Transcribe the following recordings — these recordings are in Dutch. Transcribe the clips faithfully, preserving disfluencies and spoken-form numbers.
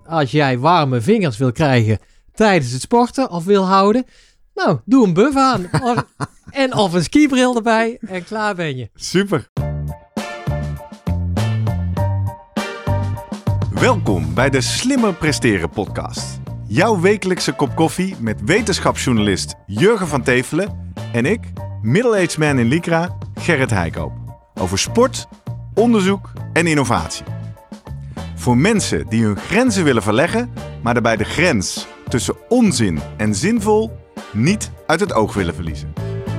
als jij warme vingers wil krijgen tijdens het sporten of wil houden, nou, doe een buff aan. Of, en of een skibril erbij en klaar ben je. Super. Welkom bij de Slimmer Presteren podcast. Jouw wekelijkse kop koffie met wetenschapsjournalist Jurgen van Tevelen en ik, middle-aged man in Lycra, Gerrit Heikoop. Over sport, onderzoek en innovatie. Voor mensen die hun grenzen willen verleggen, maar daarbij de grens tussen onzin en zinvol niet uit het oog willen verliezen.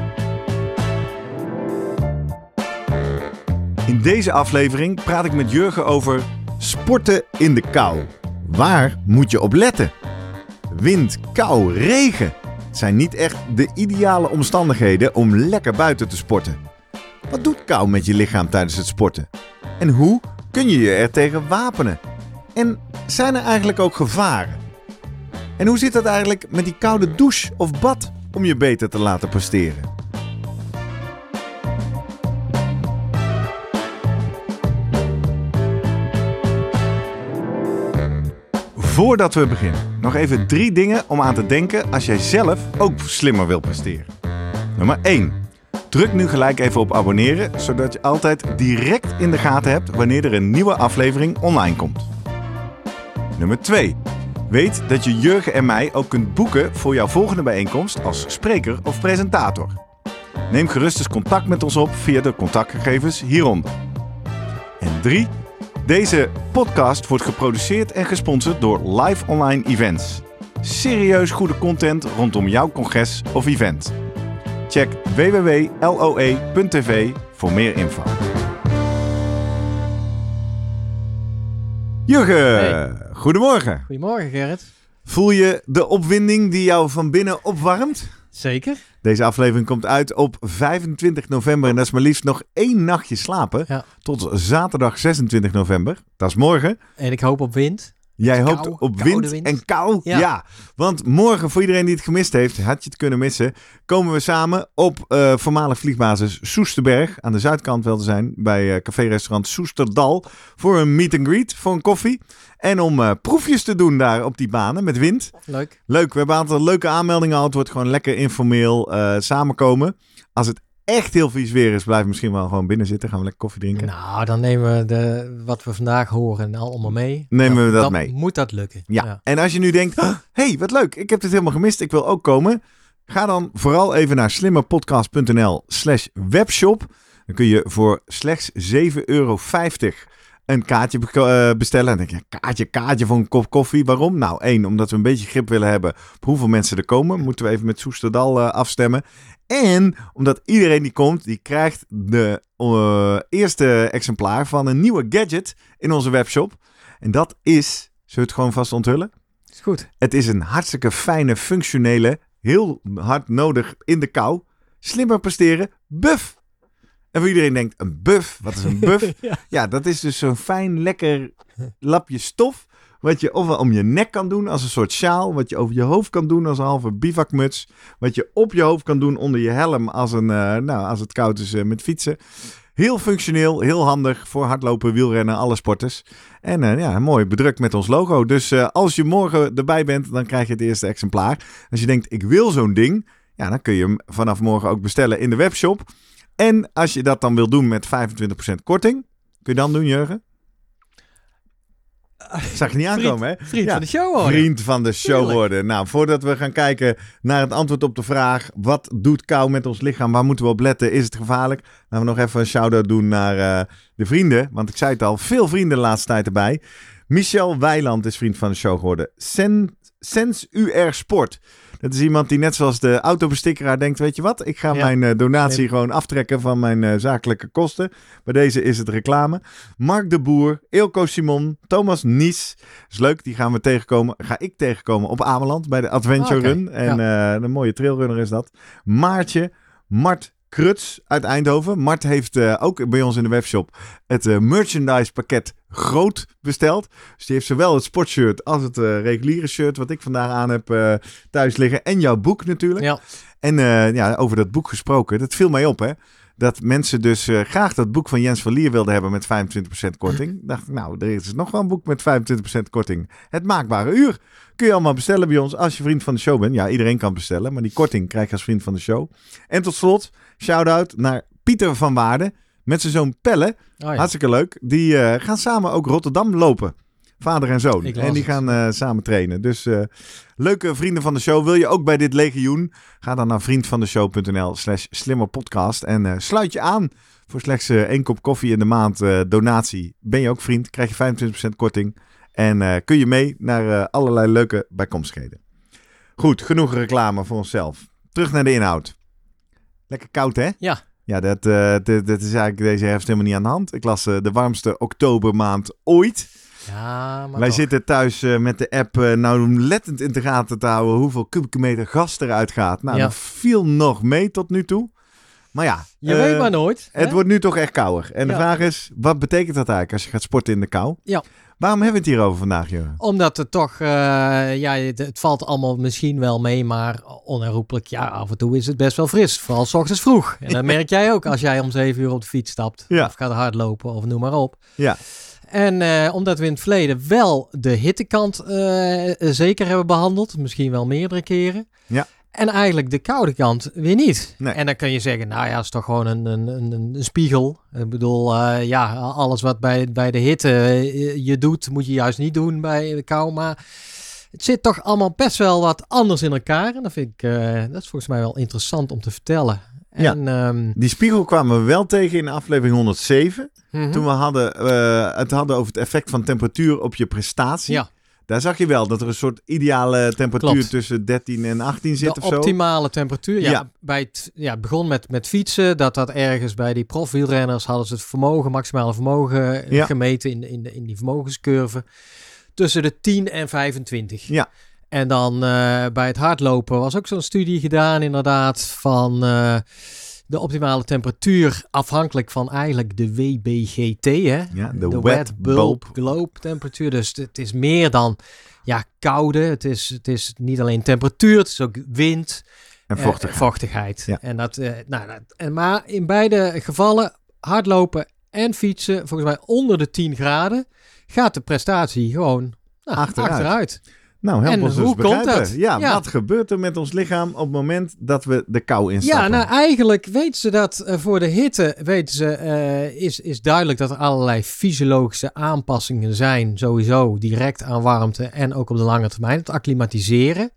In deze aflevering praat ik met Jurgen over sporten in de kou. Waar moet je op letten? Wind, kou, regen zijn niet echt de ideale omstandigheden om lekker buiten te sporten. Wat doet kou met je lichaam tijdens het sporten? En hoe kun je je er tegen wapenen? En zijn er eigenlijk ook gevaren? En hoe zit dat eigenlijk met die koude douche of bad om je beter te laten presteren? Voordat we beginnen, nog even drie dingen om aan te denken als jij zelf ook slimmer wil presteren. Nummer één. Druk nu gelijk even op abonneren, zodat je altijd direct in de gaten hebt wanneer er een nieuwe aflevering online komt. Nummer twee. Weet dat je Jurgen en mij ook kunt boeken voor jouw volgende bijeenkomst als spreker of presentator. Neem gerust eens contact met ons op via de contactgegevens hieronder. En drie. Deze podcast wordt geproduceerd en gesponsord door Live Online Events. Serieus goede content rondom jouw congres of event. Check w w w punt l o e punt t v voor meer info. Jurgen, hey. Goedemorgen. Goedemorgen, Gerrit. Voel je de opwinding die jou van binnen opwarmt? Zeker. Deze aflevering komt uit op vijfentwintig november en dat is maar liefst nog één nachtje slapen. Ja. Tot zaterdag zesentwintig november. Dat is morgen. En ik hoop op wind. Jij kou, hoopt op wind, wind en kou? Ja. Ja. Want morgen, voor iedereen die het gemist heeft, had je het kunnen missen, komen we samen op uh, voormalig vliegbasis Soesterberg, aan de zuidkant wel te zijn, bij uh, café-restaurant Soesterdal, voor een meet and greet, voor een koffie. En om uh, proefjes te doen daar op die banen met wind. Leuk. Leuk, we hebben een aantal leuke aanmeldingen al. Het wordt gewoon lekker informeel uh, samenkomen. Als het echt heel vies weer is, blijven we misschien wel gewoon binnen zitten. Gaan we lekker koffie drinken. Nou, dan nemen we de, wat we vandaag horen allemaal mee. Nemen dan, we dat dan mee. moet dat lukken. Ja. ja. En als je nu denkt, hé, hey, wat leuk, ik heb dit helemaal gemist, ik wil ook komen. Ga dan vooral even naar slimmerpodcast.nl slash webshop. Dan kun je voor slechts zeven euro vijftig een kaartje bestellen. En dan denk je, kaartje, kaartje voor een kop koffie. Waarom? Nou, één, omdat we een beetje grip willen hebben op hoeveel mensen er komen. Moeten we even met Soesterdal uh, afstemmen. En omdat iedereen die komt, die krijgt de uh, eerste exemplaar van een nieuwe gadget in onze webshop. En dat is, zullen we het gewoon vast onthullen? Is goed. Het is een hartstikke fijne, functionele, heel hard nodig in de kou, slimmer presteren, buff. En voor iedereen denkt, een buff, wat is een buff? ja. ja, dat is dus zo'n fijn, lekker lapje stof, wat je ofwel om je nek kan doen als een soort sjaal, wat je over je hoofd kan doen als een halve bivakmuts, wat je op je hoofd kan doen onder je helm als, een, uh, nou, als het koud is uh, met fietsen. Heel functioneel, heel handig voor hardlopen, wielrennen, alle sporters. En uh, ja, mooi bedrukt met ons logo. Dus uh, als je morgen erbij bent, dan krijg je het eerste exemplaar. Als je denkt, ik wil zo'n ding, ja, dan kun je hem vanaf morgen ook bestellen in de webshop. En als je dat dan wil doen met vijfentwintig procent korting, kun je dan doen, Jurgen? Zag je niet aankomen, hè? Vriend ja, van de show worden. Vriend van de show Tuurlijk. worden. Nou, voordat we gaan kijken naar het antwoord op de vraag, wat doet kou met ons lichaam? Waar moeten we op letten? Is het gevaarlijk? Laten we nog even een shout-out doen naar uh, de vrienden. Want ik zei het al, veel vrienden de laatste tijd erbij. Michel Weiland is vriend van de show geworden. Sen, Sens U R Sport. Dat is iemand die net zoals de autobestikkeraar denkt, weet je wat? Ik ga ja. mijn uh, donatie nee. gewoon aftrekken van mijn uh, zakelijke kosten. Bij deze is het reclame. Mark de Boer, Eelco Simon, Thomas Nies. Is leuk, die gaan we tegenkomen. Ga ik tegenkomen op Ameland bij de Adventure oh, okay. Run. En ja. uh, een mooie trailrunner is dat. Maartje, Mart Kruts uit Eindhoven. Mart heeft uh, ook bij ons in de webshop het uh, merchandise pakket groot besteld. Dus die heeft zowel het sportshirt als het uh, reguliere shirt wat ik vandaag aan heb uh, thuis liggen. En jouw boek natuurlijk. Ja. En uh, ja, over dat boek gesproken, dat viel mij op, hè. dat mensen dus uh, graag dat boek van Jens van Lier wilden hebben met vijfentwintig procent korting. Dacht ik, nou, er is nog wel een boek met vijfentwintig procent korting. Het Maakbare Uur. Kun je allemaal bestellen bij ons als je vriend van de show bent. Ja, iedereen kan bestellen, maar die korting krijg je als vriend van de show. En tot slot, shout-out naar Pieter van Waarden met zijn zoon Pelle. Oh ja. Hartstikke leuk. Die uh, gaan samen ook Rotterdam lopen. Vader en zoon. En die gaan uh, samen trainen. Dus uh, leuke vrienden van de show. Wil je ook bij dit legioen? Ga dan naar vriendvandeshow.nl slash slimmerpodcast. En uh, sluit je aan voor slechts uh, één kop koffie in de maand uh, donatie. Ben je ook vriend? Krijg je vijfentwintig procent korting. En uh, kun je mee naar uh, allerlei leuke bijkomstigheden. Goed, genoeg reclame voor onszelf. Terug naar de inhoud. Lekker koud, hè? Ja. Ja, dat, uh, dat, dat is eigenlijk deze herfst helemaal niet aan de hand. Ik las uh, de warmste oktobermaand ooit. Ja, maar Wij toch. zitten thuis uh, met de app uh, nou lettend in de gaten te houden hoeveel kubieke meter gas eruit gaat. Nou, ja. dat viel nog mee tot nu toe. Maar ja. Je uh, weet maar nooit. Het hè? wordt nu toch echt kouder. En ja. de vraag is, wat betekent dat eigenlijk als je gaat sporten in de kou? Ja. Waarom hebben we het hierover vandaag, Jurgen? Omdat het toch, uh, ja, het, het valt allemaal misschien wel mee, maar onherroepelijk, ja, af en toe is het best wel fris. Vooral 's ochtends vroeg. En dat merk jij ook als jij om zeven uur op de fiets stapt. Ja. Of gaat hardlopen of noem maar op. Ja. En uh, omdat we in het verleden wel de hittekant uh, zeker hebben behandeld, misschien wel meerdere keren. Ja. En eigenlijk de koude kant weer niet. Nee. En dan kun je zeggen, nou ja, het is toch gewoon een, een, een, een spiegel. Ik bedoel, uh, ja, alles wat bij, bij de hitte uh, je doet, moet je juist niet doen bij de kou. Maar het zit toch allemaal best wel wat anders in elkaar. En dat vind ik, uh, dat is volgens mij wel interessant om te vertellen. En, ja, um, die spiegel kwamen we wel tegen in aflevering honderdzeven. Mm-hmm. Toen we hadden, uh, het hadden over het effect van temperatuur op je prestatie. Ja. Daar zag je wel dat er een soort ideale temperatuur Klopt. tussen dertien en achttien zit de of zo. optimale temperatuur. Ja, Ja. Bij het, ja, het begon met, met fietsen. Dat dat ergens bij die profwielrenners hadden ze het vermogen, maximale vermogen Ja. gemeten in, in, in die vermogenscurve. Tussen de tien en vijfentwintig. Ja. En dan uh, bij het hardlopen was ook zo'n studie gedaan inderdaad van uh, de optimale temperatuur afhankelijk van eigenlijk de W B G T. Hè? Ja, de, de wet, wet bulb. bulb globe temperatuur. Dus het is meer dan ja, koude. Het is, het is niet alleen temperatuur, het is ook wind. En vochtigheid. Uh, vochtigheid. Ja. En dat, uh, nou, dat, en maar in beide gevallen, hardlopen en fietsen, volgens mij onder de tien graden, gaat de prestatie gewoon nou, achteruit. achteruit. Nou, help en ons dus hoe begrijpen. komt dat? Ja, Ja. wat gebeurt er met ons lichaam op het moment dat we de kou instappen? Ja, nou eigenlijk weten ze dat uh, voor de hitte weten ze, uh, is, is duidelijk dat er allerlei fysiologische aanpassingen zijn, sowieso direct aan warmte en ook op de lange termijn, het acclimatiseren.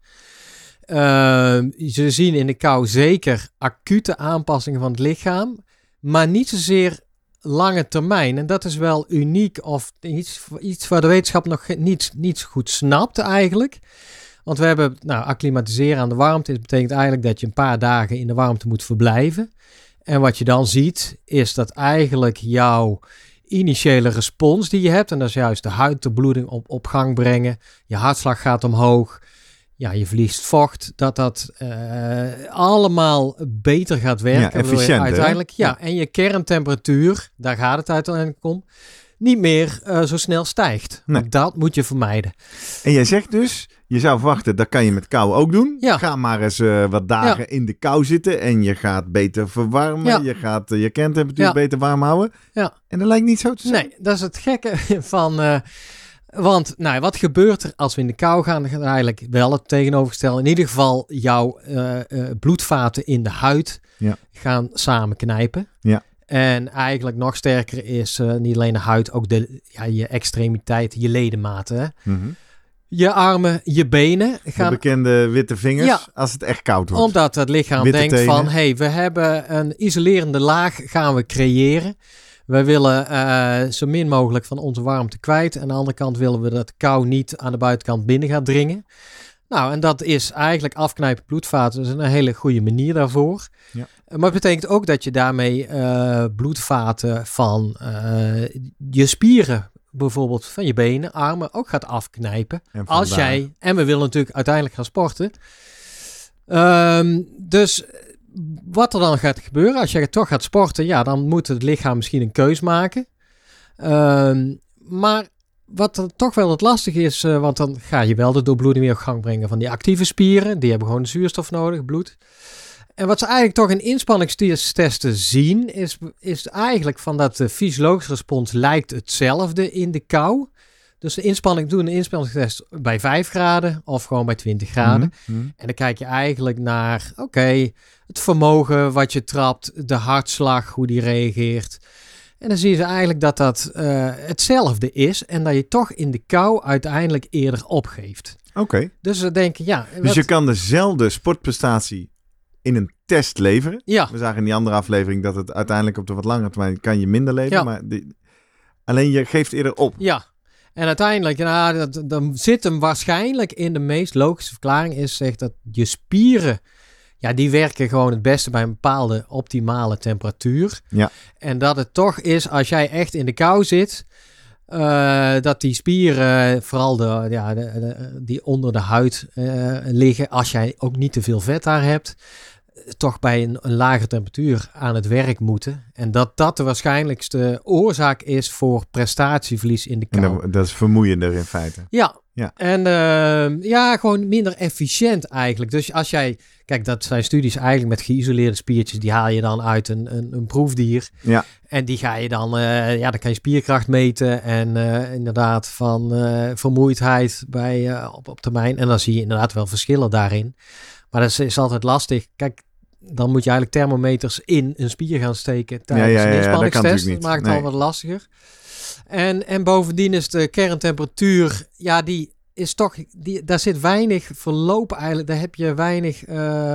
Uh, ze zien in de kou zeker acute aanpassingen van het lichaam, maar niet zozeer lange termijn. En dat is wel uniek of iets, iets waar de wetenschap nog niet, niet zo goed snapt eigenlijk. Want we hebben, nou, acclimatiseren aan de warmte. Dat betekent eigenlijk dat je een paar dagen in de warmte moet verblijven. En wat je dan ziet, is dat eigenlijk jouw initiële respons die je hebt, en dat is juist de huidbloeding op, op gang brengen, je hartslag gaat omhoog, ja, je verliest vocht, dat dat uh, allemaal beter gaat werken. Ja, efficiënt, uiteindelijk, ja, ja. En je kerntemperatuur, daar gaat het uiteindelijk om, niet meer uh, zo snel stijgt. Nee. Dat moet je vermijden. En jij zegt dus, je zou verwachten, dat kan je met kou ook doen. Ja. Ga maar eens uh, wat dagen ja. in de kou zitten en je gaat beter verwarmen. Ja. Je gaat uh, je kerntemperatuur ja. beter warm houden. Ja. En dat lijkt niet zo te zijn. Nee, dat is het gekke van... Uh, Want nou, wat gebeurt er als we in de kou gaan? Dan gaat er eigenlijk wel het tegenovergestelde. In ieder geval jouw uh, uh, bloedvaten in de huid ja. gaan samenknijpen. Ja. En eigenlijk nog sterker is uh, niet alleen de huid, ook de, ja, je extremiteiten, je ledematen. Hè? Mm-hmm. Je armen, je benen gaan... De bekende witte vingers, ja, als het echt koud wordt. Omdat het lichaam witte denkt tenen. van, hé, hey, we hebben een isolerende laag gaan we creëren. We willen uh, zo min mogelijk van onze warmte kwijt. En aan de andere kant willen we dat de kou niet aan de buitenkant binnen gaat dringen. Nou, en dat is eigenlijk afknijpen bloedvaten. Dat is een hele goede manier daarvoor. Ja. Maar het betekent ook dat je daarmee uh, bloedvaten van uh, je spieren, bijvoorbeeld van je benen, armen, ook gaat afknijpen. En als jij, en we willen natuurlijk uiteindelijk gaan sporten. Um, dus... Wat er dan gaat gebeuren, als je toch gaat sporten, ja, dan moet het lichaam misschien een keus maken. Um, maar wat er toch wel het lastig is, uh, want dan ga je wel de doorbloeding weer op gang brengen van die actieve spieren. Die hebben gewoon zuurstof nodig, bloed. En wat ze eigenlijk toch in inspanningstesten zien, is, is eigenlijk van dat de fysiologische respons lijkt hetzelfde in de kou. Dus de inspanning doen een inspanningstest bij vijf graden of gewoon bij twintig graden. Mm-hmm. En dan kijk je eigenlijk naar, oké, okay, het vermogen wat je trapt, de hartslag, hoe die reageert. En dan zien ze eigenlijk dat dat uh, hetzelfde is en dat je toch in de kou uiteindelijk eerder opgeeft. Oké. Okay. Dus ze denken, ja... Dus wat... je kan dezelfde sportprestatie in een test leveren. Ja. We zagen in die andere aflevering dat het uiteindelijk op de wat langere termijn kan je minder leveren. Ja. Maar die... alleen je geeft eerder op. Ja. En uiteindelijk, nou, dat, dan zit hem waarschijnlijk in de meest logische verklaring is zegt dat je spieren, ja, die werken gewoon het beste bij een bepaalde optimale temperatuur. Ja. En dat het toch is, als jij echt in de kou zit, uh, dat die spieren, vooral de, ja, de, de, die onder de huid uh, liggen, als jij ook niet te veel vet daar hebt, toch bij een, een lage temperatuur aan het werk moeten. En dat dat de waarschijnlijkste oorzaak is voor prestatieverlies in de kou. En dat, dat is vermoeiender in feite. Ja, ja. en uh, ja, gewoon minder efficiënt eigenlijk. Dus als jij, kijk, dat zijn studies eigenlijk met geïsoleerde spiertjes, die haal je dan uit een, een, een proefdier. Ja. En die ga je dan, uh, ja, dan kan je spierkracht meten en uh, inderdaad van uh, vermoeidheid bij, uh, op, op termijn. En dan zie je inderdaad wel verschillen daarin. Maar dat is, is altijd lastig. Kijk, dan moet je eigenlijk thermometers in een spier gaan steken tijdens ja, ja, ja, een inspanningstest. dat, dat maakt het nee. al wat lastiger. En, en bovendien is de kerntemperatuur, ja, die is toch, die, daar zit weinig verlopen eigenlijk. Daar heb je weinig uh,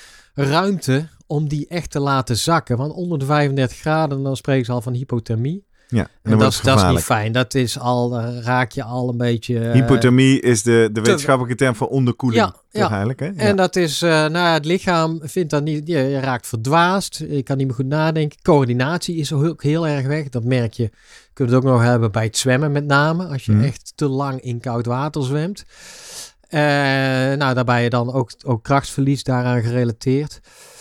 ruimte om die echt te laten zakken. Want onder de vijfendertig graden, dan spreken ze al van hypothermie. Ja, en, en dat, is, dat is niet fijn. Dat is al, dan raak je al een beetje... Uh, Hypothermie is de, de wetenschappelijke term voor onderkoeling. Ja, ja. Eigenlijk, hè? Ja. En dat is, uh, nou ja, het lichaam vindt dat niet, je, je raakt verdwaasd, je kan niet meer goed nadenken. Coördinatie is ook heel erg weg. Dat merk je, kun je het ook nog hebben bij het zwemmen met name. Als je mm. echt te lang in koud water zwemt. Uh, nou, daarbij je dan ook, ook krachtsverlies daaraan gerelateerd.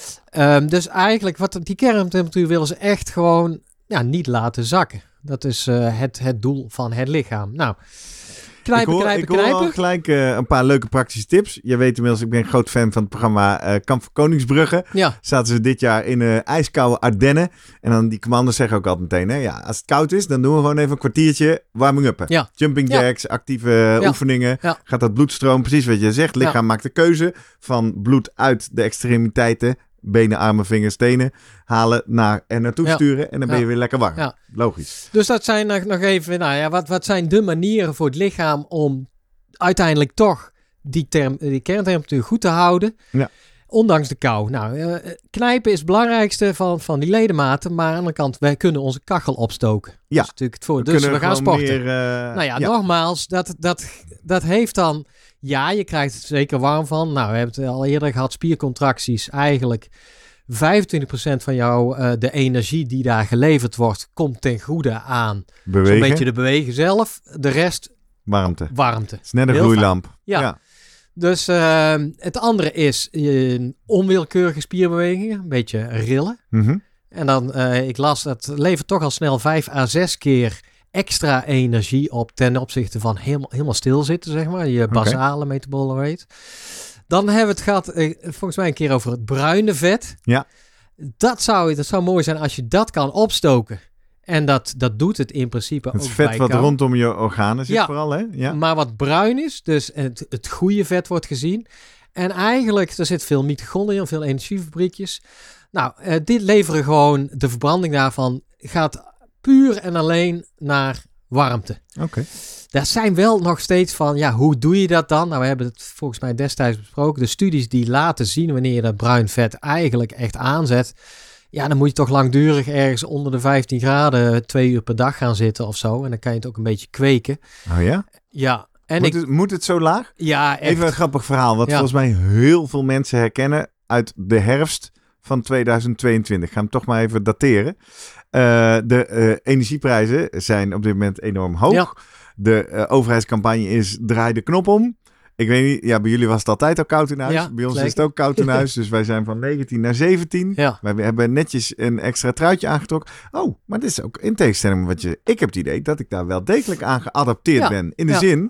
Um, dus eigenlijk, wat die kerntemperatuur willen ze echt gewoon ja, niet laten zakken. Dat is uh, het, het doel van het lichaam. Nou, knijpen, ik hoor, knijpen, ik hoor knijpen. al gelijk uh, een paar leuke praktische tips. Je weet inmiddels, ik ben een groot fan van het programma uh, Kamp van Koningsbrugge. Ja. Zaten ze dit jaar in uh, ijskoude Ardennen. En dan die commanders zeggen ook altijd meteen, hè, ja, als het koud is, dan doen we gewoon even een kwartiertje warming uppen. Ja. Jumping jacks, ja. actieve uh, ja. oefeningen. Ja. Gaat dat bloedstroom, precies wat je zegt. Het lichaam ja. maakt de keuze van bloed uit de extremiteiten. Benen, armen, vingers, tenen halen naar en naartoe ja. sturen. En dan ben je ja. weer lekker warm. Ja. Logisch. Dus dat zijn nog, nog even, nou ja, wat, wat zijn de manieren voor het lichaam om uiteindelijk toch die, term, die kerntemperatuur goed te houden. Ja. Ondanks de kou. Nou, uh, knijpen is het belangrijkste van, van die ledematen. Maar aan de andere kant, wij kunnen onze kachel opstoken. Ja. Dat is natuurlijk het voor. We dus we gaan sporten. Meer, uh, nou ja, ja, nogmaals, dat, dat, dat heeft dan... Ja, je krijgt het zeker warm van. Nou, we hebben het al eerder gehad. Spiercontracties. Eigenlijk vijfentwintig procent van jou, uh, de energie die daar geleverd wordt, komt ten goede aan. Bewegen. Zo'n beetje de bewegen zelf. De rest... Warmte. Warmte. Het is net een gloeilamp. Ja. ja. Dus uh, het andere is uh, onwillekeurige spierbewegingen. Een beetje rillen. Mm-hmm. En dan, uh, ik las, dat levert toch al snel vijf à zes keer extra energie op ten opzichte van helemaal, helemaal stilzitten, zeg maar. Je basale okay. metabole rate. Dan hebben we het gehad, uh, volgens mij een keer over het bruine vet. Ja. Dat zou, dat zou mooi zijn als je dat kan opstoken. En dat, dat doet het in principe het ook vet bij wat kou. rondom je organen zit ja. vooral, hè? Ja. Maar wat bruin is, dus het, het goede vet wordt gezien. En eigenlijk, er zit veel mitochondriën in, veel energiefabriekjes. Nou, uh, dit leveren gewoon, de verbranding daarvan gaat puur en alleen naar warmte. Oké. Okay. Daar zijn wel nog steeds van, ja, hoe doe je dat dan? Nou, we hebben het volgens mij destijds besproken. De studies die laten zien wanneer je dat bruin vet eigenlijk echt aanzet. Ja, dan moet je toch langdurig ergens onder de vijftien graden twee uur per dag gaan zitten of zo. En dan kan je het ook een beetje kweken. Oh ja? Ja. En moet, ik, het, moet het zo laag? Ja, echt. Even een grappig verhaal, wat ja. volgens mij heel veel mensen herkennen uit de herfst van tweeduizend tweeëntwintig. Ik ga hem toch maar even dateren. Uh, de uh, energieprijzen zijn op dit moment enorm hoog. Ja. De uh, overheidscampagne is draai de knop om. Ik weet niet, ja, bij jullie was het altijd al koud in huis. Ja, bij ons lekker. is het ook koud in huis. Dus wij zijn van negentien naar zeventien. Ja. Wij hebben netjes een extra truitje aangetrokken. Oh, maar dit is ook in tegenstelling met wat je... Ik heb het idee dat ik daar wel degelijk aan geadapteerd ja. ben. In de ja. zin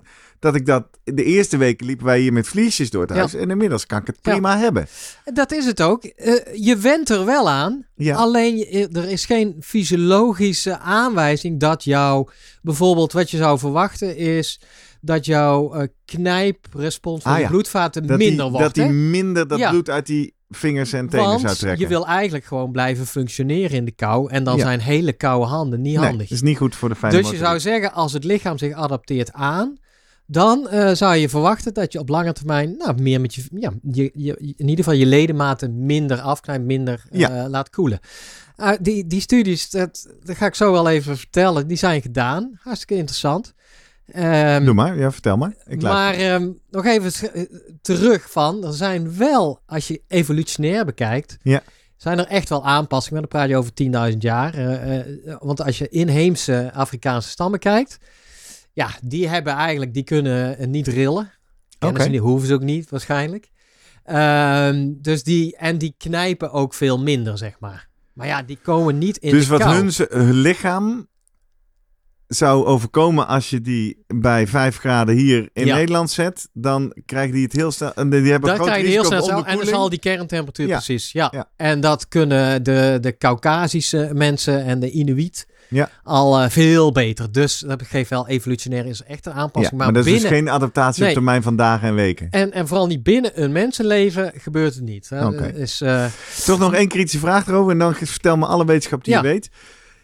dat ik dat... De eerste week liepen wij hier met vliesjes door het huis. Ja. En inmiddels kan ik het prima ja. hebben. Dat is het ook. Uh, je went er wel aan. Ja. Alleen er is geen fysiologische aanwijzing dat jouw... Bijvoorbeeld wat je zou verwachten is... dat jouw uh, knijprespons van ah, de ja. bloedvaten dat minder die, wordt. Dat die minder dat ja. bloed uit die vingers en tenen Want zou trekken. Je wil eigenlijk gewoon blijven functioneren in de kou. En dan ja. zijn hele koude handen niet nee, handig. Dat is niet goed voor de fijne Dus motoriek. je zou zeggen, als het lichaam zich adapteert aan... dan uh, zou je verwachten dat je op lange termijn... nou, meer met je, ja, je, je... in ieder geval je ledematen minder afknijpt, minder uh, ja. laat koelen. Uh, die, die studies, dat, dat ga ik zo wel even vertellen... die zijn gedaan. Hartstikke interessant. Um, Doe maar, ja, vertel maar. Ik maar um, nog even terug van, er zijn wel, als je evolutionair bekijkt, ja. zijn er echt wel aanpassingen. Dan praat je over tienduizend jaar. Uh, uh, want als je inheemse Afrikaanse stammen kijkt, ja, die hebben eigenlijk, die kunnen uh, niet rillen. Okay. Ze niet, hoeven ze ook niet, waarschijnlijk. Um, dus die, en die knijpen ook veel minder, zeg maar. Maar ja, die komen niet in dus de kou. Dus wat hun, hun lichaam... zou overkomen als je die bij vijf graden hier in ja. Nederland zet, dan krijg die het heel snel. En die hebben dan groot krijg je heel snel snel en dan zal die kerntemperatuur ja. precies. Ja. ja. En dat kunnen de, de Caucasische mensen en de Inuit ja. al uh, veel beter. Dus dat geeft wel evolutionair is echt een aanpassing. Ja, maar, maar dat binnen... is dus geen adaptatie nee. op termijn van dagen en weken. En, en vooral niet binnen een mensenleven gebeurt het niet. Hè. Okay. Is, uh... Toch nog één kritische vraag erover en dan vertel me alle wetenschap die ja. je weet.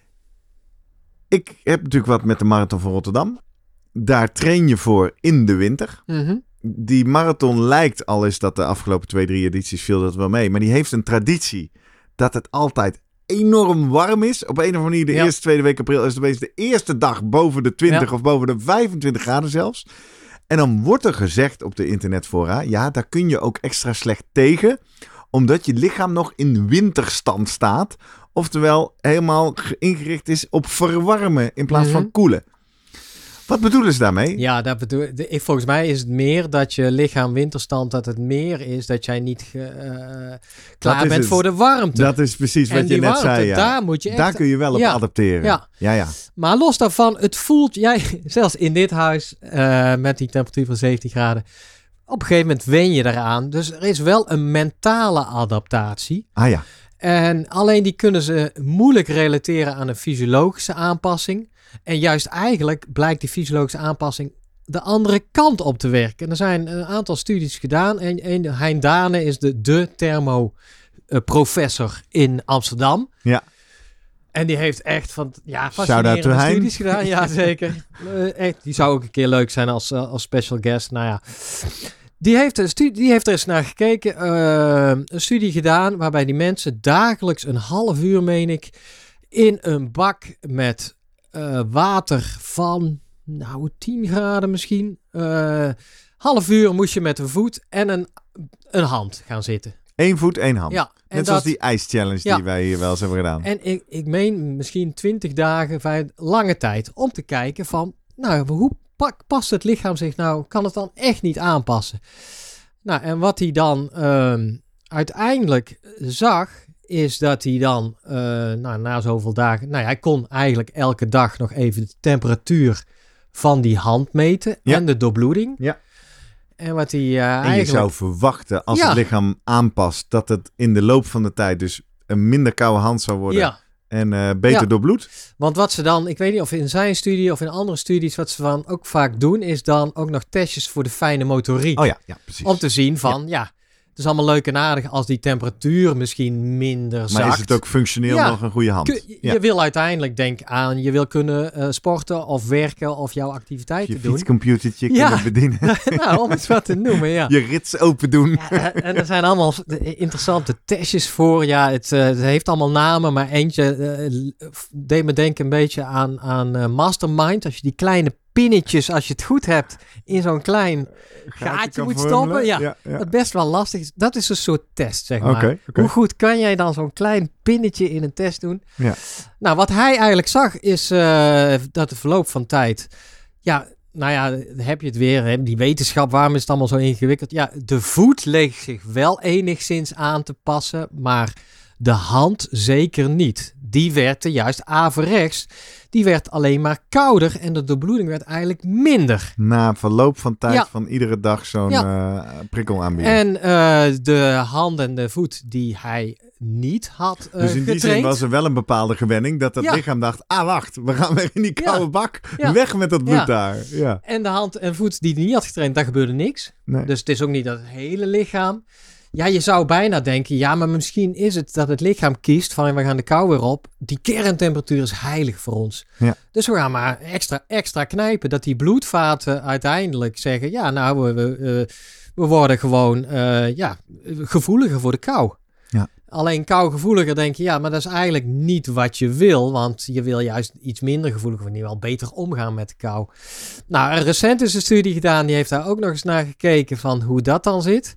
Ik heb natuurlijk wat met de marathon van Rotterdam. Daar train je voor in de winter. Mm-hmm. Die marathon lijkt, al is dat de afgelopen twee, drie edities viel dat wel mee. Maar die heeft een traditie dat het altijd enorm warm is. Op een of andere manier de ja. eerste, tweede week april is het opeens de eerste dag boven de twintig ja. of boven de vijfentwintig graden zelfs. En dan wordt er gezegd op de internetfora, ja, daar kun je ook extra slecht tegen. Omdat je lichaam nog in winterstand staat. Oftewel helemaal ingericht is op verwarmen in plaats mm-hmm. van koelen. Wat bedoelen ze daarmee? Ja, dat bedoel, de, volgens mij is het meer dat je lichaam winterstand, dat het meer is dat jij niet uh, klaar bent het. voor de warmte. Dat is precies wat en je net warmte, zei. Ja. Daar, moet je echt, daar kun je wel op ja, adapteren. Ja. Ja, ja. Maar los daarvan, het voelt, jij zelfs in dit huis uh, met die temperatuur van zeventien graden, op een gegeven moment wen je eraan. Dus er is wel een mentale adaptatie. Ah ja. En alleen die kunnen ze moeilijk relateren aan een fysiologische aanpassing. En juist eigenlijk blijkt die fysiologische aanpassing de andere kant op te werken. En er zijn een aantal studies gedaan. En, en Hein Dane is de, de thermoprofessor in Amsterdam. Ja. En die heeft echt van ja, fascinerende studies gedaan. Ja, zeker. uh, echt, die zou ook een keer leuk zijn als, uh, als special guest. Nou ja. Die heeft, een studie, die heeft er eens naar gekeken, uh, een studie gedaan waarbij die mensen dagelijks een half uur, meen ik, in een bak met uh, water van, nou, tien graden misschien. Uh, half uur moest je met een voet en een, een hand gaan zitten. Eén voet, één hand. Ja, Net dat, zoals die ijschallenge ja. die wij hier wel eens hebben gedaan. En ik, ik meen misschien twintig dagen, vijf, lange tijd, om te kijken van, nou, hoe past het lichaam zich nou, kan het dan echt niet aanpassen? Nou, en wat hij dan uh, uiteindelijk zag, is dat hij dan, uh, nou, na zoveel dagen, nou ja, hij kon eigenlijk elke dag nog even de temperatuur van die hand meten ja. en de doorbloeding. Ja. En wat hij uh, en eigenlijk... je zou verwachten, als ja. het lichaam aanpast, dat het in de loop van de tijd dus een minder koude hand zou worden. Ja. En uh, beter ja, doorbloed. Want wat ze dan, ik weet niet of in zijn studie of in andere studies, wat ze dan ook vaak doen, is dan ook nog testjes voor de fijne motoriek. Oh ja, ja precies. Om te zien van, ja, ja het is allemaal leuk en aardig als die temperatuur misschien minder maar zakt. Maar is het ook functioneel ja, nog een goede hand? Kun, je ja. wil uiteindelijk, denk aan, je wil kunnen uh, sporten of werken of jouw activiteiten je doen. Je fietscomputertje ja. kunnen bedienen. Nou, om eens wat te noemen, ja. Je rits open doen. Ja, en er zijn allemaal interessante testjes voor. Ja, het, uh, het heeft allemaal namen, maar eentje uh, deed me denken een beetje aan, aan uh, Mastermind. Als je die kleine pinnetjes, als je het goed hebt, in zo'n klein gaatje, gaatje moet stoppen. Ja, ja, ja, dat best wel lastig is. Dat is een soort test, zeg maar. Okay, okay. Hoe goed kan jij dan zo'n klein pinnetje in een test doen? Ja. Nou, wat hij eigenlijk zag, is uh, dat de verloop van tijd... Ja, nou ja, heb je het weer, hè? Die wetenschap, waarom is het allemaal zo ingewikkeld? Ja, de voet leek zich wel enigszins aan te passen, maar De hand zeker niet. Die werd juist averechts. Die werd alleen maar kouder en de doorbloeding werd eigenlijk minder. Na verloop van tijd Ja. van iedere dag zo'n Ja. uh, prikkel aanbieden. En uh, de hand en de voet die hij niet had uh, Dus in die getraind. zin was er wel een bepaalde gewenning dat het Ja. lichaam dacht, ah wacht, we gaan weer in die koude Ja. bak. Ja. Weg met dat bloed Ja. daar. Ja. En de hand en voet die hij niet had getraind, daar gebeurde niks. Nee. Dus het is ook niet dat het hele lichaam. Ja, je zou bijna denken, ja, maar misschien is het dat het lichaam kiest van we gaan de kou weer op. Die kerntemperatuur is heilig voor ons. Ja. Dus we gaan maar extra, extra knijpen. Dat die bloedvaten uiteindelijk zeggen, ja, nou, we, we, uh, we worden gewoon uh, ja, gevoeliger voor de kou. Ja. Alleen kougevoeliger denk je, ja, maar dat is eigenlijk niet wat je wil. Want je wil juist iets minder gevoelig worden. Je wil beter omgaan met de kou. Nou, recent is een studie gedaan, die heeft daar ook nog eens naar gekeken van hoe dat dan zit.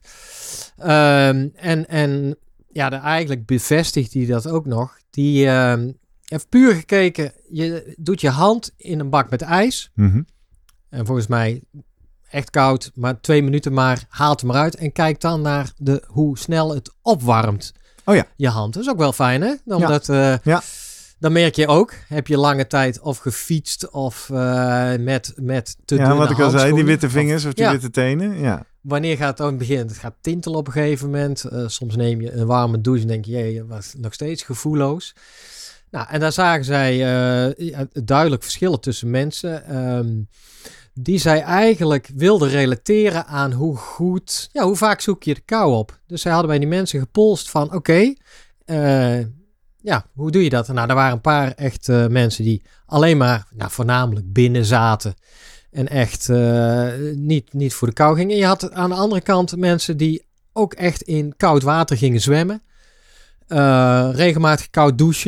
Um, en, en ja, de, eigenlijk bevestigt hij dat ook nog. Die um, heeft puur gekeken, je doet je hand in een bak met ijs. Mm-hmm. En volgens mij echt koud, maar twee minuten maar, haalt hem eruit. En kijk dan naar de, hoe snel het opwarmt. Oh ja. Je hand. Dat is ook wel fijn, hè? Omdat, ja. Uh, ja. Dan merk je ook, heb je lange tijd of gefietst of uh, met, met te dunne Ja, wat ik al zei, die witte vingers of, of die ja. witte tenen. Ja. Wanneer gaat het dan beginnen? Het gaat tintelen op een gegeven moment. Uh, soms neem je een warme douche en denk je, jee, je was nog steeds gevoelloos. Nou, en daar zagen zij uh, duidelijk verschillen tussen mensen. Um, die zij eigenlijk wilden relateren aan hoe goed, ja, hoe vaak zoek je de kou op. Dus zij hadden bij die mensen gepolst van, oké, okay, uh, ja, hoe doe je dat? Nou, er waren een paar echt uh, mensen die alleen maar, nou, voornamelijk binnen zaten. En echt uh, niet, niet voor de kou gingen. En je had aan de andere kant mensen die ook echt in koud water gingen zwemmen. Uh, regelmatig koud douchen.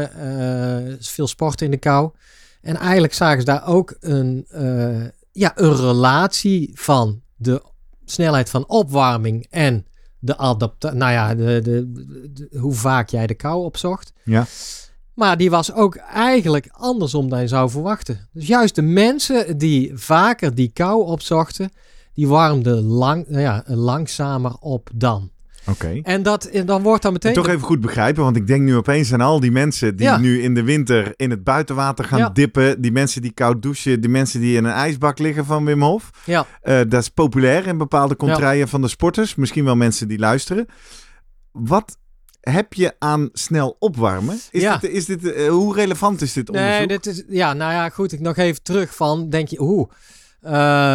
Uh, uh, veel sporten in de kou. En eigenlijk zagen ze daar ook een, uh, ja, een relatie van de snelheid van opwarming en de adaptatie. Nou ja, de, de, de, de, hoe vaak jij de kou opzocht. Ja. Maar die was ook eigenlijk andersom dan je zou verwachten. Dus juist de mensen die vaker die kou opzochten, die warmden lang, ja, langzamer op dan. Oké. Okay. En, dat, en dan wordt dan meteen... En toch even goed begrijpen, want ik denk nu opeens aan al die mensen die ja. nu in de winter in het buitenwater gaan ja. dippen. Die mensen die koud douchen, die mensen die in een ijsbak liggen van Wim Hof. Ja. Uh, dat is populair in bepaalde contraien ja. van de sporters. Misschien wel mensen die luisteren. Wat heb je aan snel opwarmen? Is ja. dit, is dit, uh, hoe relevant is dit onderzoek? Nee, dit is, ja, nou ja, goed. Ik nog even terug van, denk je, oeh. Uh,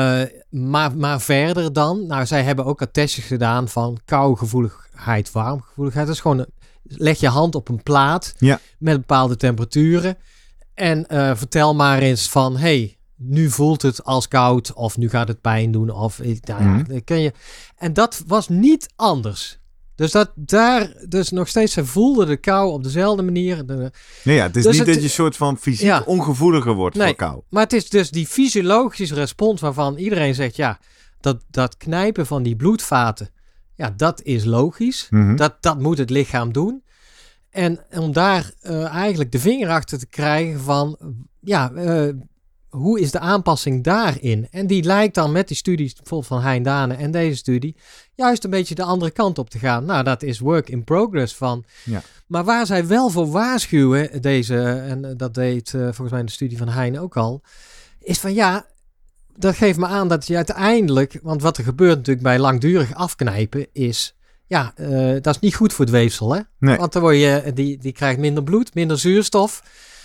maar, maar verder dan, nou, zij hebben ook al testjes gedaan van kougevoeligheid, warmgevoeligheid. Dat is gewoon, leg je hand op een plaat ja. met bepaalde temperaturen en uh, vertel maar eens van, hey, nu voelt het als koud of nu gaat het pijn doen of, nou ja, mm-hmm. kun je. En dat was niet anders. Dus dat daar, dus nog steeds, ze voelden de kou op dezelfde manier. De, nee, ja, het is dus niet het, dat je een soort van fysiek ja, ongevoeliger wordt nee, voor kou. Maar het is dus die fysiologische respons waarvan iedereen zegt, ja, dat, dat knijpen van die bloedvaten, ja, dat is logisch. Mm-hmm. Dat, dat moet het lichaam doen. En om daar uh, eigenlijk de vinger achter te krijgen van, ja, uh, hoe is de aanpassing daarin? En die lijkt dan met die studies bijvoorbeeld van Hein Dane en deze studie juist een beetje de andere kant op te gaan. Nou, dat is work in progress van. Ja. Maar waar zij wel voor waarschuwen, deze, en dat deed uh, volgens mij de studie van Hein ook al, is van ja, dat geeft me aan dat je uiteindelijk, want wat er gebeurt natuurlijk bij langdurig afknijpen is, ja, uh, dat is niet goed voor het weefsel, hè? Nee. Want dan word je, die, die krijgt minder bloed, minder zuurstof.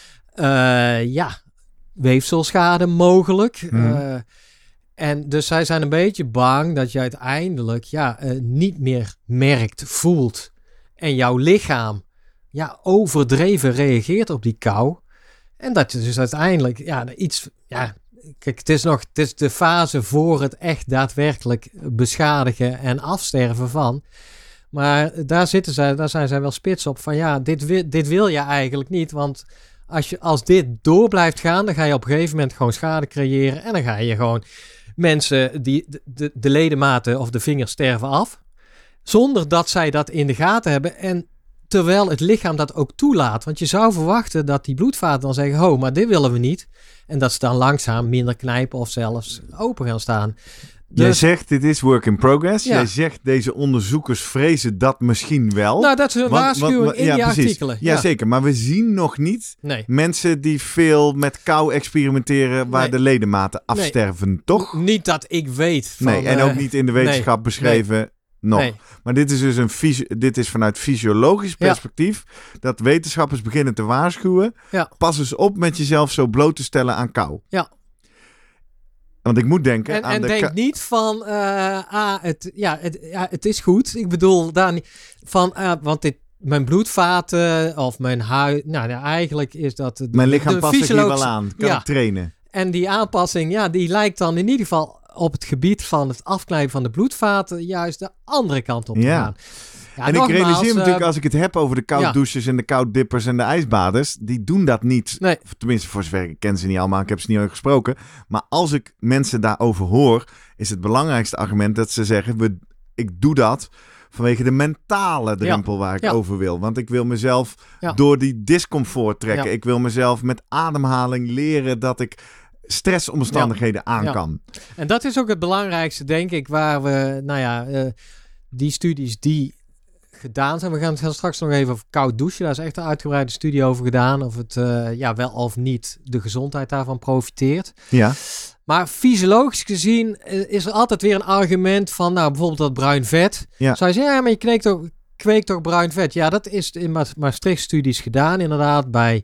Uh, ja, weefselschade mogelijk. Mm. Uh, en dus zij zijn een beetje bang dat je uiteindelijk ja, uh, niet meer merkt, voelt. En jouw lichaam ja, overdreven reageert op die kou. En dat je dus uiteindelijk ja, iets... Ja, kijk, het is nog het is de fase voor het echt daadwerkelijk beschadigen en afsterven van. Maar daar, zitten zij, daar zijn zij wel spits op van ja, dit wil, dit wil je eigenlijk niet, want... Als, je, als dit door blijft gaan, dan ga je op een gegeven moment gewoon schade creëren. En dan ga je gewoon mensen, die, de, de, de ledematen of de vingers sterven af. Zonder dat zij dat in de gaten hebben. En terwijl het lichaam dat ook toelaat. Want je zou verwachten dat die bloedvaten dan zeggen, ho, maar dit willen we niet. En dat ze dan langzaam minder knijpen of zelfs open gaan staan. Jij Dus, zegt, dit is work in progress. Ja. Jij zegt, deze onderzoekers vrezen dat misschien wel. nou, dat is een Want- waarschuwing want- in ja, die precies. artikelen. Ja, zeker. Maar we zien nog niet Nee. mensen die veel met kou experimenteren waar Nee. de ledematen afsterven, toch? N- Niet dat ik weet. Van, Nee, en eh, ook niet in de wetenschap nee. beschreven nog. Nee. Maar dit is dus een fysio- dit is vanuit fysiologisch Ja. perspectief dat wetenschappers beginnen te waarschuwen. Ja. Pas eens op met jezelf zo bloot te stellen aan kou. Ja. Want ik moet denken En, aan en de denk ka- niet van, eh, ah, het, ja, het, ja, het is goed. Ik bedoel daar niet van, ah, want dit, mijn bloedvaten of mijn huid, nou ja, eigenlijk is dat de, Mijn lichaam de past zich hier wel fysiologische- aan. Kan Ja. ik trainen. En die aanpassing, ja, die lijkt dan in ieder geval op het gebied van het afkleiden van de bloedvaten juist de andere kant op te Ja. gaan. Ja, En ik nogmaals, realiseer me natuurlijk eh, als ik het heb over de kouddouches en de kouddippers en de ijsbaders. Die doen dat niet. Nee. Of tenminste, voor zover ik ken ze niet allemaal. Ik heb ze niet ooit gesproken. Maar als ik mensen daarover hoor, is het belangrijkste argument dat ze zeggen, we, ik doe dat vanwege de mentale drempel waar ik Ja. over wil. Want ik wil mezelf Ja. door die discomfort trekken. Ja. Ik wil mezelf met ademhaling leren dat ik stressomstandigheden aan Ja. kan. En dat is ook het belangrijkste, denk ik, waar we, nou ja, eh, die studies die gedaan zijn. We gaan het straks nog even over koud douchen. Daar is echt een uitgebreide studie over gedaan. Of het uh, ja, wel of niet de gezondheid daarvan profiteert. Ja. Maar fysiologisch gezien uh, is er altijd weer een argument van, nou bijvoorbeeld dat bruin vet. Ja. Zou je zeggen, ja, maar je kweekt toch, kweekt toch bruin vet? Ja, dat is in Ma- Maastricht-studies gedaan inderdaad bij,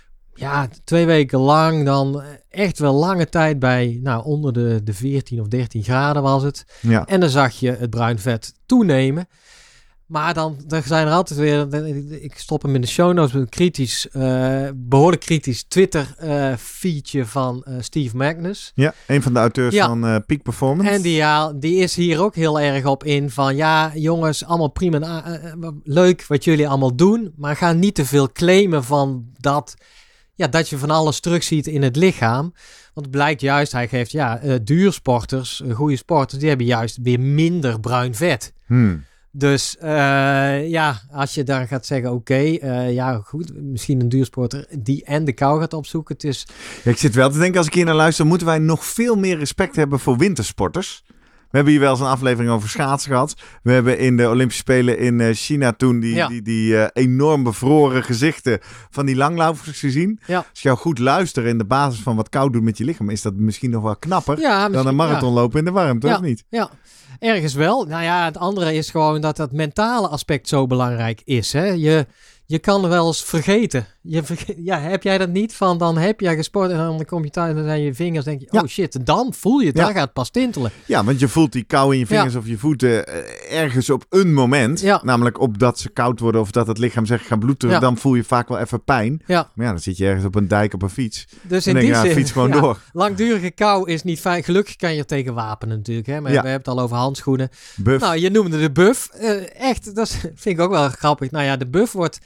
ja, twee weken lang. Dan echt wel lange tijd bij, nou onder de, de veertien of dertien graden was het. Ja. En dan zag je het bruin vet toenemen. Maar dan, dan zijn er altijd weer, ik stop hem in de show notes, een kritisch, uh, behoorlijk kritisch Twitter uh, feedje van uh, Steve Magnus. Ja, een van de auteurs ja. van uh, Peak Performance. En die, ja, die is hier ook heel erg op in van, ja jongens, allemaal prima, uh, uh, leuk wat jullie allemaal doen, maar ga niet te veel claimen van dat, ja, dat je van alles terugziet in het lichaam. Want het blijkt juist, hij geeft, ja, uh, duursporters, uh, goede sporters, die hebben juist weer minder bruin vet. Hmm. Dus uh, ja, als je dan gaat zeggen, oké, okay, uh, ja goed, misschien een duursporter die en de kou gaat opzoeken. Het is... ja, ik zit wel te denken, als ik hier naar luister, moeten wij nog veel meer respect hebben voor wintersporters. We hebben hier wel eens een aflevering over schaatsen gehad. We hebben in de Olympische Spelen in uh, China toen die, ja. die, die uh, enorm bevroren gezichten van die langlaufers gezien. Ja. Als je jou goed luistert in de basis van wat kou doet met je lichaam, is dat misschien nog wel knapper ja, dan een marathon ja. lopen in de warmte, ja. of niet? Ja, ergens wel. Nou ja, het andere is gewoon dat dat mentale aspect zo belangrijk is. Hè? Je, je kan wel eens vergeten. Je verge- ja, heb jij dat niet? Van dan heb jij gesport en dan kom je thuis en dan zijn je vingers, denk je, ja. oh shit, dan voel je het, ja. dan gaat het pas tintelen. Ja, want je voelt die kou in je vingers ja. of je voeten uh, ergens op een moment. Ja. Namelijk op dat ze koud worden of dat het lichaam zegt, ga bloed terug. Ja. Dan voel je vaak wel even pijn. Ja. Maar ja, dan zit je ergens op een dijk op een fiets. Dus en in denk die je, ja, zin, fiets gewoon ja, door. Langdurige kou is niet fijn. Gelukkig kan je er tegen wapenen natuurlijk. Hè? Maar ja. we hebben het al over handschoenen. Buff. Nou, je noemde de buff. Uh, echt, dat vind ik ook wel grappig. Nou ja, de buff wordt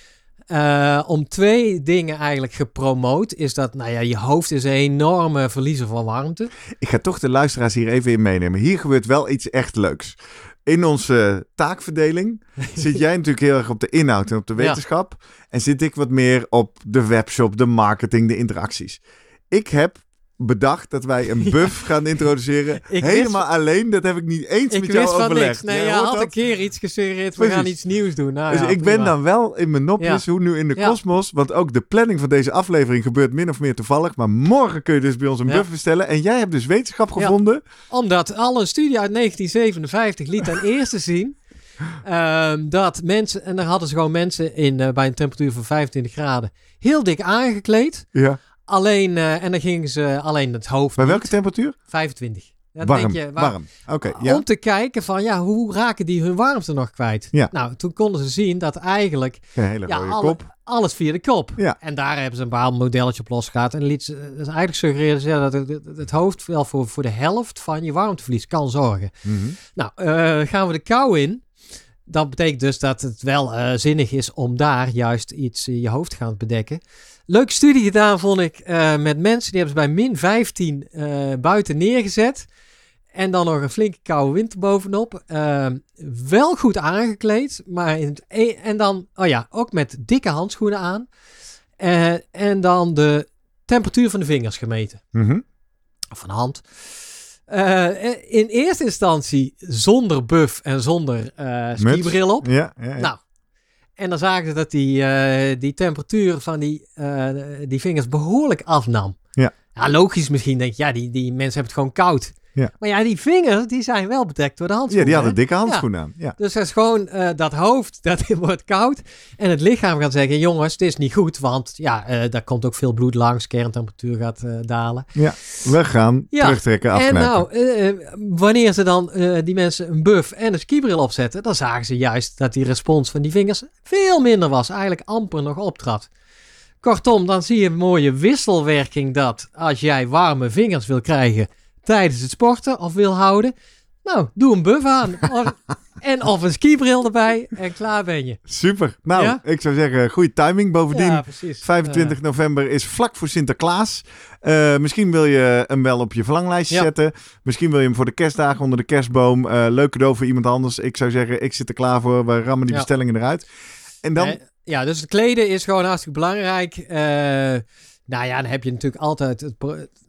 uh, om twee dingen eigenlijk gepromoot. Is dat, nou ja, je hoofd is een enorme verliezer van warmte. Ik ga toch de luisteraars hier even in meenemen. Hier gebeurt wel iets echt leuks. In onze taakverdeling zit jij natuurlijk heel erg op de inhoud en op de wetenschap. Ja. En zit ik wat meer op de webshop, de marketing, de interacties. Ik heb bedacht dat wij een buff ja. gaan introduceren. Ik Helemaal wist... alleen. Dat heb ik niet eens ik met jou overlegd. Nee, je had dat? een keer iets gesuggereerd. We Precies. gaan iets nieuws doen. Nou, dus ja, ik prima. ben dan wel in mijn nopjes, ja. hoe nu in de kosmos. Ja. Want ook de planning van deze aflevering gebeurt min of meer toevallig. Maar morgen kun je dus bij ons een ja. buff bestellen. En jij hebt dus wetenschap gevonden. Ja. Omdat al een studie uit negentien zevenenvijftig liet ten eerste zien Um, dat mensen, en daar hadden ze gewoon mensen in uh, bij een temperatuur van vijfentwintig graden heel dik aangekleed. Ja. Alleen, uh, en dan gingen ze alleen het hoofd. Bij niet. welke temperatuur? vijfentwintig. Ja, warm, denk je, waar, warm. Okay, ja. Om te kijken van, ja, hoe raken die hun warmte nog kwijt? Ja. Nou, toen konden ze zien dat eigenlijk een hele ja, rode alle, kop. alles via de kop. Ja. En daar hebben ze een bepaald modelletje op losgehaald. En liet ze, dus eigenlijk suggereren ze dat het, het, het hoofd wel voor, voor de helft van je warmteverlies kan zorgen. Mm-hmm. Nou, uh, gaan we de kou in. Dat betekent dus dat het wel uh, zinnig is om daar juist iets in je hoofd te gaan bedekken. Leuke studie gedaan, vond ik, uh, met mensen. Die hebben ze bij min vijftien uh, buiten neergezet. En dan nog een flinke koude wind bovenop. Uh, wel goed aangekleed. Maar in het e- en dan, oh ja, ook met dikke handschoenen aan. Uh, en dan de temperatuur van de vingers gemeten. Mm-hmm. Of van de hand. Uh, in eerste instantie zonder buff en zonder uh, skibril op. Ja, ja, ja. Nou, en dan zagen ze dat die, uh, die temperatuur van die, uh, die vingers behoorlijk afnam. Ja. Ja, logisch misschien denk je, ja, die, die mensen hebben het gewoon koud. Ja. Maar ja, die vingers, die zijn wel bedekt door de handschoenen. Ja, die hadden hè? dikke handschoenen ja. aan. Ja. Dus dat is gewoon uh, dat hoofd, dat wordt koud. En het lichaam gaat zeggen, jongens, het is niet goed. Want ja, uh, daar komt ook veel bloed langs. Kerntemperatuur gaat uh, dalen. Ja, we gaan ja. terugtrekken, afknijpen. En nou, uh, wanneer ze dan uh, die mensen een buff en een skibril opzetten, dan zagen ze juist dat die respons van die vingers veel minder was. Eigenlijk amper nog optrad. Kortom, dan zie je een mooie wisselwerking dat als jij warme vingers wil krijgen tijdens het sporten of wil houden, nou, doe een buff aan. Of, en of een skibril erbij en klaar ben je. Super. Nou, ja? ik zou zeggen, goede timing. Bovendien, ja, vijfentwintig uh, november is vlak voor Sinterklaas. Uh, misschien wil je hem wel op je verlanglijstje ja. zetten. Misschien wil je hem voor de kerstdagen onder de kerstboom. Uh, leuk cadeau voor iemand anders. Ik zou zeggen, ik zit er klaar voor. We rammen die ja. bestellingen eruit. En dan... Nee, ja, dus het kleden is gewoon hartstikke belangrijk. Uh, nou ja, dan heb je natuurlijk altijd het...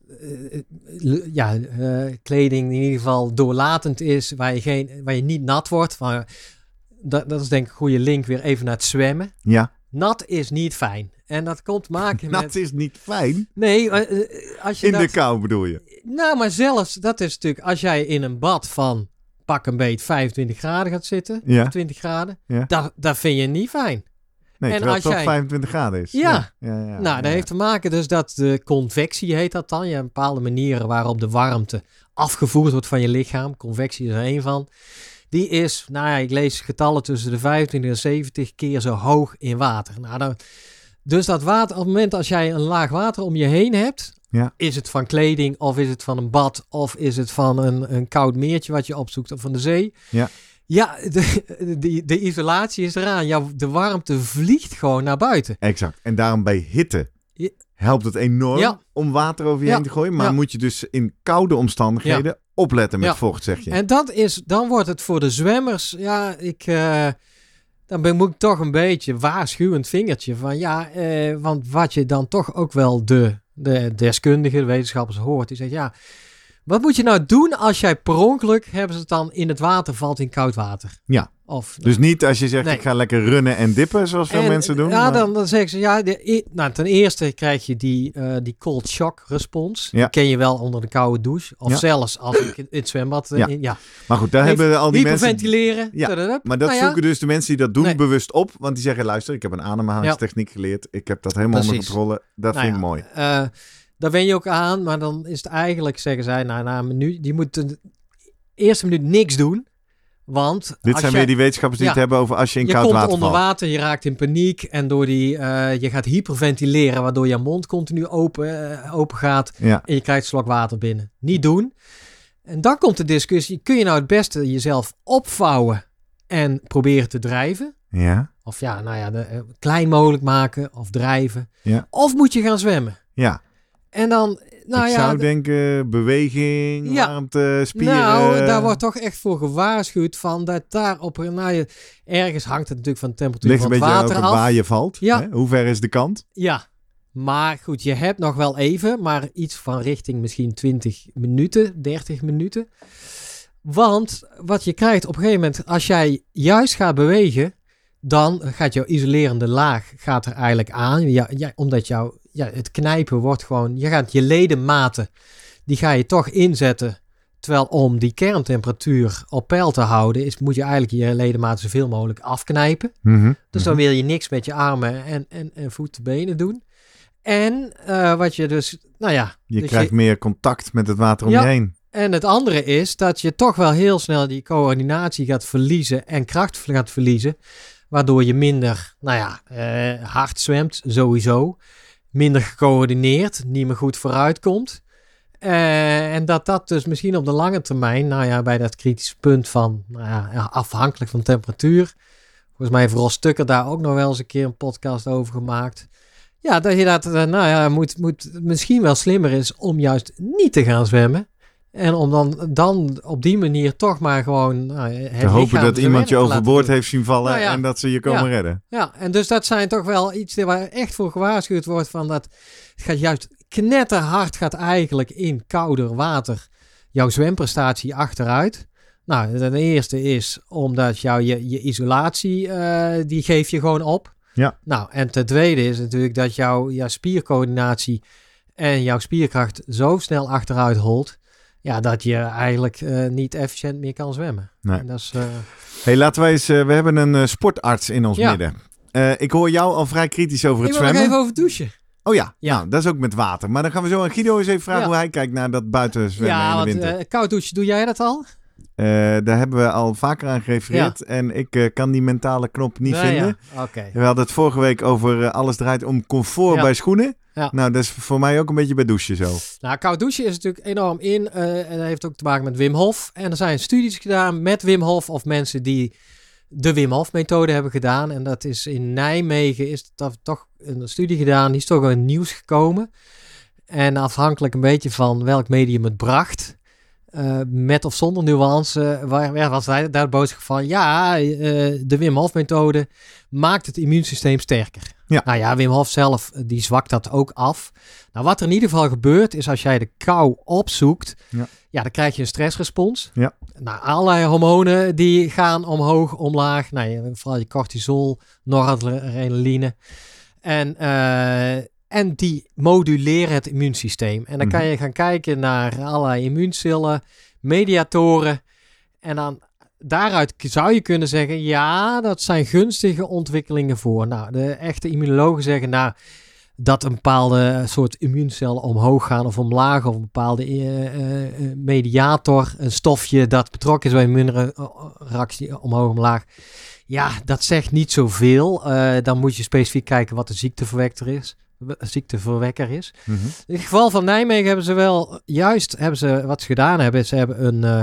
Uh, ja, uh, kleding in ieder geval doorlatend is, waar je, geen, waar je niet nat wordt. Maar dat, dat is denk ik een goede link weer even naar het zwemmen. Ja. Nat is niet fijn. En dat komt te maken nat met... Nat is niet fijn? Nee, uh, als je In dat... de kou bedoel je? Nou, maar zelfs, dat is natuurlijk, als jij in een bad van pak een beet vijfentwintig graden gaat zitten, ja. twintig graden, ja. dat, dat vind je niet fijn. Nee, en als het toch jij... vijfentwintig graden is. Ja, ja. ja, ja nou, ja, dat ja. heeft te maken dus dat de convectie heet dat dan. Je hebt bepaalde manieren waarop de warmte afgevoerd wordt van je lichaam. Convectie is er één van. Die is, nou ja, ik lees getallen tussen de vijfentwintig en zeventig keer zo hoog in water. Nou, dan, dus dat water, op het moment als jij een laag water om je heen hebt, ja. is het van kleding of is het van een bad of is het van een, een koud meertje wat je opzoekt of van de zee. Ja. Ja, de, de, de isolatie is eraan. Ja, de warmte vliegt gewoon naar buiten. Exact. En daarom bij hitte helpt het enorm ja. om water over je ja. heen te gooien. Maar ja. moet je dus in koude omstandigheden ja. opletten met ja. vocht, zeg je. En dat is, dan wordt het voor de zwemmers, ja, ik, uh, dan ben, moet ik toch een beetje waarschuwend vingertje van ja, uh, want wat je dan toch ook wel de, de deskundigen, de wetenschappers hoort, die zeggen ja, wat moet je nou doen als jij per ongeluk, hebben ze het dan in het water valt in koud water? Ja, of, dus nou, niet als je zegt nee. ik ga lekker runnen en dippen zoals veel en, mensen doen. Ja, maar... dan, dan zeggen ze ja, de, nou, ten eerste krijg je die, uh, die cold shock respons. Ja. Die ken je wel onder de koude douche. Of ja. zelfs als ik in het zwembad... Uh, ja. In, ja. Maar goed, daar hebben al die mensen... Hyperventileren. Ja. Maar dat nou, zoeken ja. dus de mensen die dat doen nee. bewust op. Want die zeggen luister, ik heb een ademhalingstechniek ja. geleerd. Ik heb dat helemaal Precies. onder controle. Dat nou, vind ik ja. mooi. Uh, Daar wen je ook aan, maar dan is het eigenlijk, zeggen zij, nou, na een minuut, die moet de eerste minuut niks doen, want... Dit zijn jij, weer die wetenschappers die ja, het hebben over als je in je koud water valt. Je komt onder valt. water, je raakt in paniek en door die, uh, je gaat hyperventileren, waardoor je mond continu open, uh, open gaat ja. en je krijgt een slok water binnen. Niet doen. En dan komt de discussie, kun je nou het beste jezelf opvouwen en proberen te drijven? Ja. Of ja, nou ja, de, uh, klein mogelijk maken of drijven. Ja. Of moet je gaan zwemmen? Ja. En dan, nou ik ja... zou denken, beweging, ja, warmte, spieren... Nou, daar wordt toch echt voor gewaarschuwd van dat daar op... Nou, je, ergens hangt het natuurlijk van de temperatuur Ligt van het water af. Ligt een beetje waar je valt. Ja. Hè? Hoe ver is de kant? Ja, maar goed, je hebt nog wel even, maar iets van richting misschien twintig minuten, dertig minuten. Want wat je krijgt op een gegeven moment, als jij juist gaat bewegen, dan gaat jouw isolerende laag gaat er eigenlijk aan. Ja, ja, omdat jouw... Ja, het knijpen wordt gewoon... Je gaat je ledematen, die ga je toch inzetten. Terwijl om die kerntemperatuur op peil te houden, is, moet je eigenlijk je ledematen zoveel mogelijk afknijpen. Mm-hmm. Dus dan wil je niks met je armen en, en, en voeten, benen doen. En uh, wat je dus... Nou ja... Je dus krijgt je, meer contact met het water om ja, je heen. En het andere is dat je toch wel heel snel die coördinatie gaat verliezen en kracht gaat verliezen. Waardoor je minder, nou ja, uh, hard zwemt sowieso. Minder gecoördineerd, niet meer goed vooruit komt. Uh, en dat dat dus misschien op de lange termijn, nou ja, bij dat kritische punt van, nou ja, afhankelijk van temperatuur. Volgens mij heeft Ros Tucker daar ook nog wel eens een keer een podcast over gemaakt. Ja, dat je dat, uh, nou ja, moet, moet misschien wel slimmer is om juist niet te gaan zwemmen. En om dan, dan op die manier toch maar gewoon... Nou, het te hopen dat iemand je overboord heeft zien vallen nou ja, en dat ze je komen ja, redden. Ja, en dus dat zijn toch wel iets waar echt voor gewaarschuwd wordt van dat het gaat juist knetterhard gaat eigenlijk in kouder water jouw zwemprestatie achteruit. Nou, ten eerste is omdat jou je, je isolatie, uh, die geef je gewoon op. Ja. Nou, en ten tweede is natuurlijk dat jouw, jouw spiercoördinatie en jouw spierkracht zo snel achteruit holt, ja, dat je eigenlijk uh, niet efficiënt meer kan zwemmen. Nee. En dat is, uh... hey, laten wij eens, uh, we hebben een uh, sportarts in ons ja. midden. Uh, ik hoor jou al vrij kritisch over het ik wil zwemmen. nog even over douchen. Oh ja, ja. Nou, dat is ook met water. Maar dan gaan we zo aan Guido eens even vragen ja. hoe hij kijkt naar dat buiten zwemmen ja, in de want, winter. Uh, koud douchen, doe jij dat al? Uh, daar hebben we al vaker aan gerefereerd. Ja. En ik uh, kan die mentale knop niet nee, vinden. Ja. Okay. We hadden het vorige week over uh, alles draait om comfort ja. bij schoenen. Ja. Nou, dat is voor mij ook een beetje bij douchen zo. Nou, koud douchen is natuurlijk enorm in. Uh, en dat heeft ook te maken met Wim Hof. En er zijn studies gedaan met Wim Hof of mensen die de Wim Hof methode hebben gedaan. En dat is in Nijmegen is dat toch een studie gedaan. Die is toch wel in het nieuws gekomen. En afhankelijk een beetje van welk medium het bracht. Uh, met of zonder nuance, waar, waar was hij daar de boodschap van? Ja, uh, de Wim Hof methode maakt het immuunsysteem sterker. Ja. Nou ja, Wim Hof zelf, die zwakt dat ook af. Nou, wat er in ieder geval gebeurt, is als jij de kou opzoekt, ja, ja dan krijg je een stressrespons. Ja. Nou, allerlei hormonen die gaan omhoog, omlaag. Nou, vooral je cortisol, noradrenaline. En... Uh, En die moduleren het immuunsysteem. En dan kan je gaan kijken naar allerlei immuuncellen, mediatoren. En dan daaruit zou je kunnen zeggen, ja, dat zijn gunstige ontwikkelingen voor. Nou, de echte immunologen zeggen, nou, dat een bepaalde soort immuuncellen omhoog gaan of omlaag, of een bepaalde uh, uh, mediator, een stofje dat betrokken is bij immuunreactie omhoog, omlaag. Ja, dat zegt niet zoveel. Uh, dan moet je specifiek kijken wat de ziekteverwekker is. ziekteverwekker is. Mm-hmm. In het geval van Nijmegen hebben ze wel juist hebben ze wat ze gedaan hebben. Ze hebben een uh,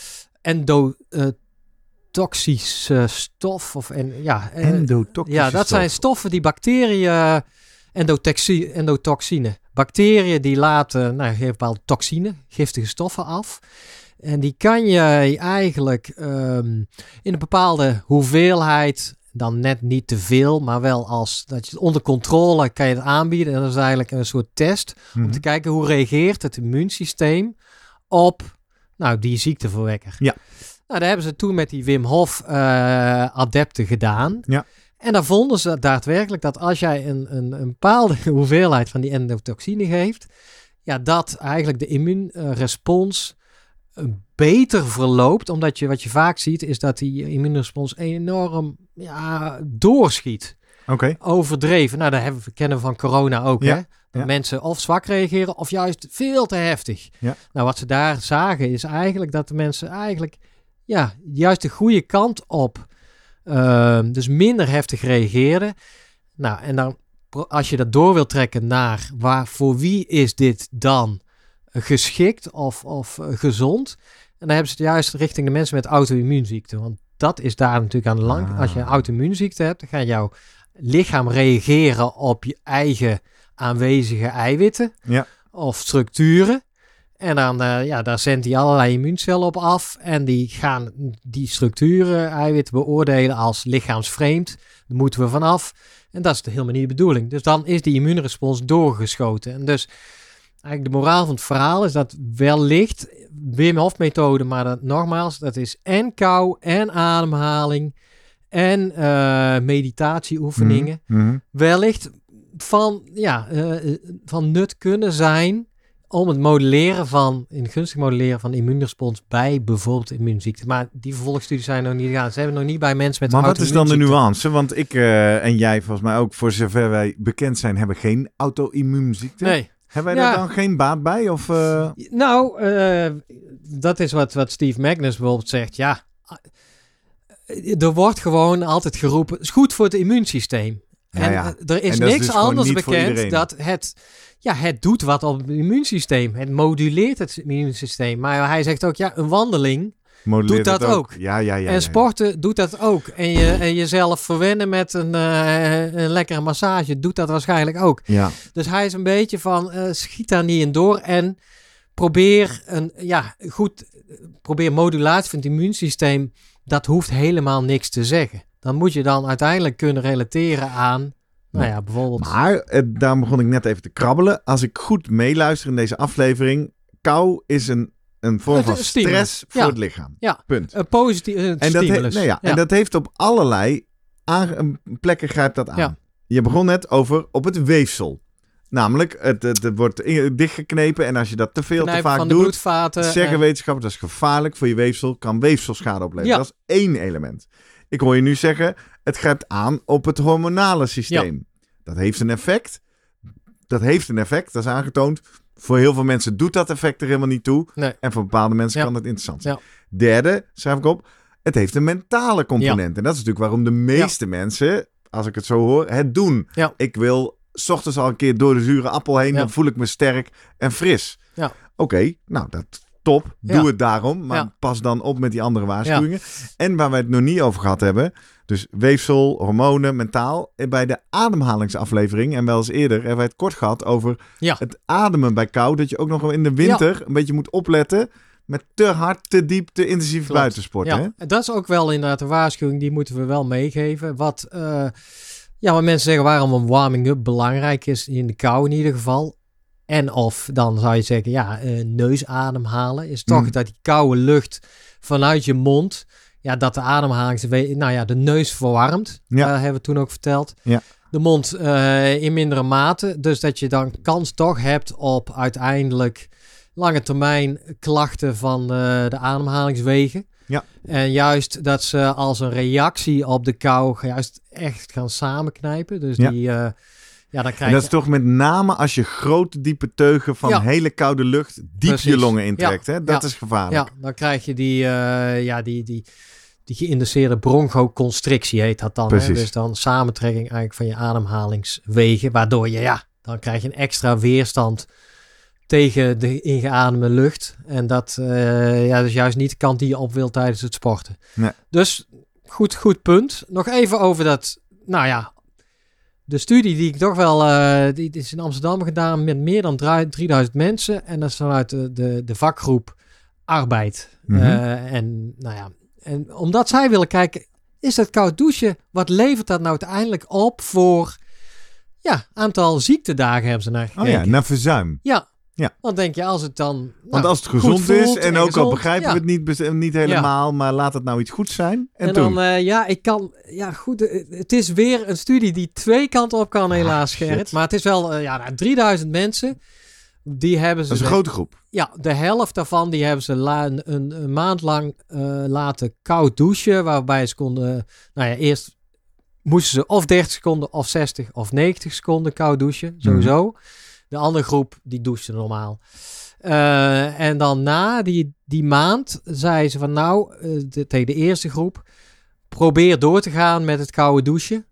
endotoxische uh, stof of en ja, uh, endotoxische ja, dat stof. zijn stoffen die bacteriën endotoxi, endotoxine. Bacteriën die laten nou, geven bepaalde toxine, giftige stoffen af. En die kan je eigenlijk um, in een bepaalde hoeveelheid, dan net niet te veel, maar wel als dat je het onder controle kan je het aanbieden. En dat is eigenlijk een soort test mm-hmm. om te kijken hoe reageert het immuunsysteem op nou, die ziekteverwekker. Ja. Nou, daar hebben ze toen met die Wim Hof uh, adepten gedaan. Ja. En dan vonden ze daadwerkelijk dat als jij een, een, een bepaalde hoeveelheid van die endotoxine geeft, ja, dat eigenlijk de immuunrespons beter verloopt, omdat je wat je vaak ziet is dat die immuunrespons enorm ja, doorschiet. Okay. Overdreven. Nou, dat hebben we kennen van corona ook. Ja. Hè? Dat ja. mensen of zwak reageren of juist veel te heftig. Ja. Nou, wat ze daar zagen is eigenlijk dat de mensen eigenlijk ja, juist de goede kant op uh, dus minder heftig reageerden. Nou, en dan als je dat door wilt trekken naar waar, voor wie is dit dan geschikt of, of uh, gezond. En dan hebben ze het juist richting de mensen met auto-immuunziekte. Want dat is daar natuurlijk aan de lang. Ah. Als je een auto-immuunziekte hebt, dan gaat jouw lichaam reageren op je eigen aanwezige eiwitten ja. of structuren. En dan, uh, ja, daar zendt hij allerlei immuuncellen op af. En die gaan die structuren, eiwitten beoordelen als lichaamsvreemd. Daar moeten we vanaf. En dat is helemaal niet de bedoeling. Dus dan is die immuunrespons doorgeschoten. En dus eigenlijk de moraal van het verhaal is dat wellicht Wim Hof methode, maar dat, nogmaals, dat is en kou en ademhaling en uh, meditatieoefeningen. Mm-hmm. Wellicht van, ja, uh, van nut kunnen zijn om het modelleren van, in gunstig modelleren van de immuunrespons bij bijvoorbeeld immuunziekte. Maar die vervolgstudies zijn nog niet gedaan. Ze hebben nog niet bij mensen met Maar wat is dan de auto-immuunziekte. nuance? Want ik uh, en jij volgens mij ook, voor zover wij bekend zijn, hebben geen auto-immuunziekte. Nee. Hebben wij ja. daar dan geen baat bij? Of, uh... Nou, uh, dat is wat, wat Steve Magnus bijvoorbeeld zegt. Ja, er wordt gewoon altijd geroepen, het is goed voor het immuunsysteem. Ja, en ja. er is en dat niks is dus anders niet bekend dat het, ja, het doet wat op het immuunsysteem. Het moduleert het immuunsysteem. Maar hij zegt ook, ja, een wandeling Modelleert doet dat ook. ook. Ja, ja, ja, en ja, sporten ja. doet dat ook. En, je, en jezelf verwennen met een, uh, een lekkere massage doet dat waarschijnlijk ook. Ja. Dus hij is een beetje van, uh, schiet daar niet in door en probeer een, ja, goed, probeer modulatie van het immuunsysteem. Dat hoeft helemaal niks te zeggen. Dan moet je dan uiteindelijk kunnen relateren aan, nou ja, bijvoorbeeld. Maar, eh, daar begon ik net even te krabbelen. Als ik goed meeluister in deze aflevering, kou is een een vorm van Het is stimulus. stress voor Ja. het lichaam. Ja. Punt. Een positieve En dat, stimulus. he- nou ja, Ja. en dat heeft op allerlei aange- plekken grijpt dat aan. Ja. Je begon net over op het weefsel. Namelijk, het, het, het wordt in- dichtgeknepen en als je dat te veel, te Knijpen vaak van de doet, bloedvaten. zeggen en- wetenschappers, dat is gevaarlijk voor je weefsel, kan weefselschade opleveren. Ja. Dat is één element. Ik hoor je nu zeggen, het grijpt aan op het hormonale systeem. Dat heeft een effect. Dat heeft een effect, dat is aangetoond. Voor heel veel mensen doet dat effect er helemaal niet toe. Nee. En voor bepaalde mensen Ja. kan het interessant zijn. Ja. Derde, schrijf ik op, het heeft een mentale component. En dat is natuurlijk waarom de meeste mensen, als ik het zo hoor, het doen. Ja. Ik wil 's ochtends al een keer door de zure appel heen, Ja. dan voel ik me sterk en fris. Ja. Oké, nou dat top. Doe Ja. het daarom, maar Ja. pas dan op met die andere waarschuwingen. En waar wij het nog niet over gehad hebben, dus weefsel, hormonen, mentaal. En bij de ademhalingsaflevering, en wel eens eerder, hebben wij het kort gehad over Ja. het ademen bij kou. Dat je ook nog in de winter een beetje moet opletten met te hard, te diep, te intensief Klopt. buitensporten. Hè? Ja, en dat is ook wel inderdaad een waarschuwing, die moeten we wel meegeven. Wat, uh, ja, wat mensen zeggen waarom een warming-up belangrijk is, in de kou in ieder geval. En of dan zou je zeggen, ja, uh, neusademhalen is toch Mm. dat die koude lucht vanuit je mond, ja, dat de ademhaling, nou ja, de neus verwarmt. Ja. Dat hebben we toen ook verteld. Ja. De mond uh, in mindere mate. Dus dat je dan kans toch hebt op uiteindelijk lange termijn klachten van uh, de ademhalingswegen. Ja. En juist dat ze als een reactie op de kou juist echt gaan samenknijpen. Dus Ja. die, uh, ja, dan En krijg dat je... is toch met name als je grote diepe teugen van Ja. hele koude lucht diep Precies. je longen intrekt. Ja. Hè? Dat Ja. is gevaarlijk. Ja, dan krijg je die, uh, ja, die, die, die geïnduceerde bronchoconstrictie heet dat dan. Hè? Precies. Dus dan samentrekking eigenlijk van je ademhalingswegen. Waardoor je, ja, dan krijg je een extra weerstand tegen de ingeademde lucht. En dat, uh, ja, dat is juist niet de kant die je op wil tijdens het sporten. Nee. Dus goed, goed punt. Nog even over dat, nou ja, de studie die ik toch wel, uh, die, die is in Amsterdam gedaan met meer dan drieduizend mensen. En dat is vanuit de, de, de vakgroep arbeid. Mhm. Uh, en nou ja, en omdat zij willen kijken, is dat koud douchen, wat levert dat nou uiteindelijk op voor, ja, aantal ziektedagen hebben ze naar gekeken. Oh ja, naar verzuim. Ja. Ja. Want denk je, als het dan nou, Want als het gezond goed voelt is, en ook gezond, al begrijpen ja. we het niet, bes- niet helemaal, maar laat het nou iets goed zijn. En, En, toen? dan, uh, ja, ik kan, ja goed, uh, het is weer een studie die twee kanten op kan helaas, Ah, Gerrit. shit. Maar het is wel, uh, ja, nou, drieduizend mensen, die hebben ze... dat is een de- grote groep. Ja, de helft daarvan, die hebben ze la- een, een, een maand lang uh, laten koud douchen, waarbij ze konden, nou ja, eerst moesten ze of dertig seconden of zestig of negentig seconden koud douchen, sowieso. De andere groep, die douchte normaal. Uh, en dan na die, die maand zei ze van nou, uh, de, tegen de eerste groep, probeer door te gaan met het koude douchen.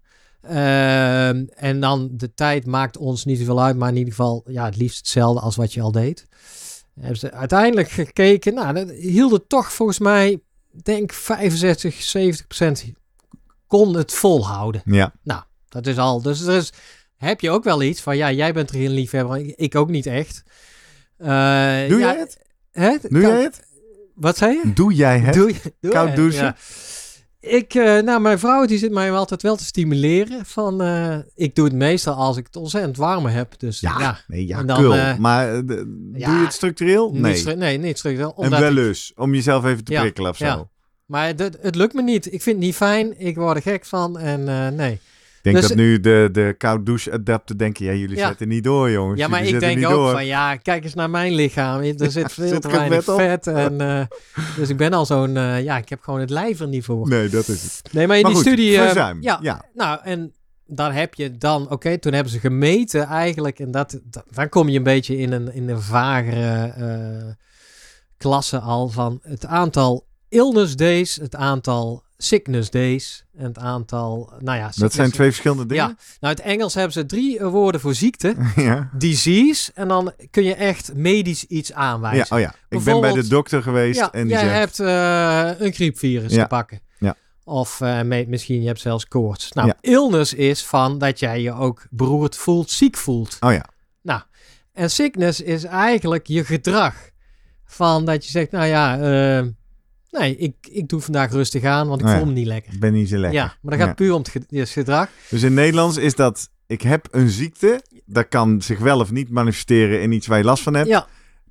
Uh, en dan de tijd maakt ons niet zoveel uit, maar in ieder geval ja, het liefst hetzelfde als wat je al deed. Hebben ze uiteindelijk gekeken, nou, dat hielden toch volgens mij, denk vijfenzestig, zeventig procent kon het volhouden. Ja. Nou, dat is al, dus er is, heb je ook wel iets van, ja, jij bent er geen liefhebber, ik, ik ook niet echt. Uh, Doe ja, jij het? Hè? Doe Kan- jij het? Wat zei je? Doe jij het? Doe, je- doe Koud je- douchen? Ja. Ik, uh, nou, mijn vrouw die zit mij altijd wel te stimuleren. Van, uh, ik doe het meestal als ik het ontzettend warm heb. Dus Ja, ja, nee, ja, En dan, kul. uh, maar uh, de- ja, doe je het structureel? niet Nee. stru- nee, niet structureel. En Omdat wel ik- eens, om jezelf even te Ja, prikkelen of zo. ja. Maar het, het lukt me niet. Ik vind het niet fijn. Ik word er gek van. En uh, nee. Ik denk Dus- dat nu de, de koud douche adapter denken, ja, jullie Ja. zetten niet door, jongens. Ja, maar Jullie ik zetten denk niet ook door. van, ja, kijk eens naar mijn lichaam. Er zit veel Zit te er weinig vet op? vet. En, uh, dus ik ben al zo'n, uh, ja, ik heb gewoon het lijf er niet voor. Nee, dat is het. Nee, maar in Maar die goed, studie... uh, verzuim. ja, Ja. nou, en dan heb je dan... Oké, okay, toen hebben ze gemeten eigenlijk... En dat, dat, dan kom je een beetje in een, in een vagere uh, klasse al van het aantal illness days, het aantal sickness days en het aantal... Nou ja, Dat zijn sickness- twee verschillende dingen. Ja, nou, in het Engels hebben ze drie uh, woorden voor ziekte. Ja. Disease. En dan kun je echt medisch iets Ja, aanwijzen. oh ja. Ik ben bij Bijvoorbeeld- de dokter geweest Ja, en die jij zegt... hebt uh, een griepvirus Ja. te pakken. Ja. Of uh, me- misschien je hebt zelfs koorts. Nou, Ja. illness is van dat jij je ook beroerd voelt, ziek voelt. Oh ja. Nou, en sickness is eigenlijk je gedrag. Van dat je zegt, nou ja, uh, nee, ik, ik doe vandaag rustig aan, want ik Oh ja. voel me niet lekker. Ik ben niet zo lekker. Ja, maar dat gaat Ja. puur om het ge- het gedrag. Dus in Nederlands is dat... Ik heb een ziekte. Dat kan zich wel of niet manifesteren in iets waar je last van hebt. Ja,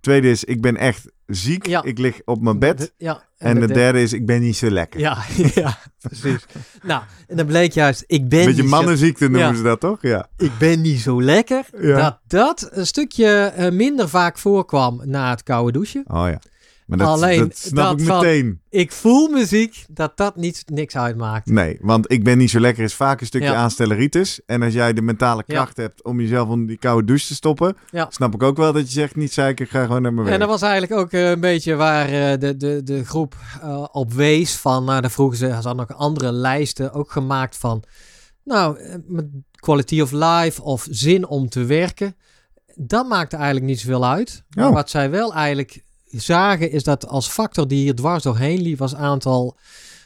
tweede is, ik ben echt ziek. Ja. Ik lig op mijn bed. De- ja, En de de- derde is, ik ben niet zo lekker. Ja, ja, precies. Nou, en dan bleek juist, ik ben, Beetje niet zo, mannenziekte noemen Ja. ze dat, toch? Ja. ik ben niet zo lekker. Ja. Dat dat een stukje eh, minder vaak voorkwam na het koude douchen. Oh ja. Maar dat, Alleen dat snap dat ik van- meteen. Ik voel me ziek, dat dat niet, niks uitmaakt. Nee, want ik ben niet zo lekker is vaak een stukje Ja. aanstelleritis. En als jij de mentale Ja. kracht hebt om jezelf onder die koude douche te stoppen, Ja. snap ik ook wel dat je zegt, niet zeiken, ik ga gewoon naar mijn werk. En dat was eigenlijk ook eh, een beetje waar eh, de, de, de groep eh, op wees van. Nou, dan vroegen ze, ze hadden ook andere lijsten ook gemaakt van. Nou, eh, met quality of life of zin om te werken. Dat maakte eigenlijk niet zoveel uit. Maar Oh. wat zij wel eigenlijk zagen is dat als factor die hier dwars doorheen liep, was aantal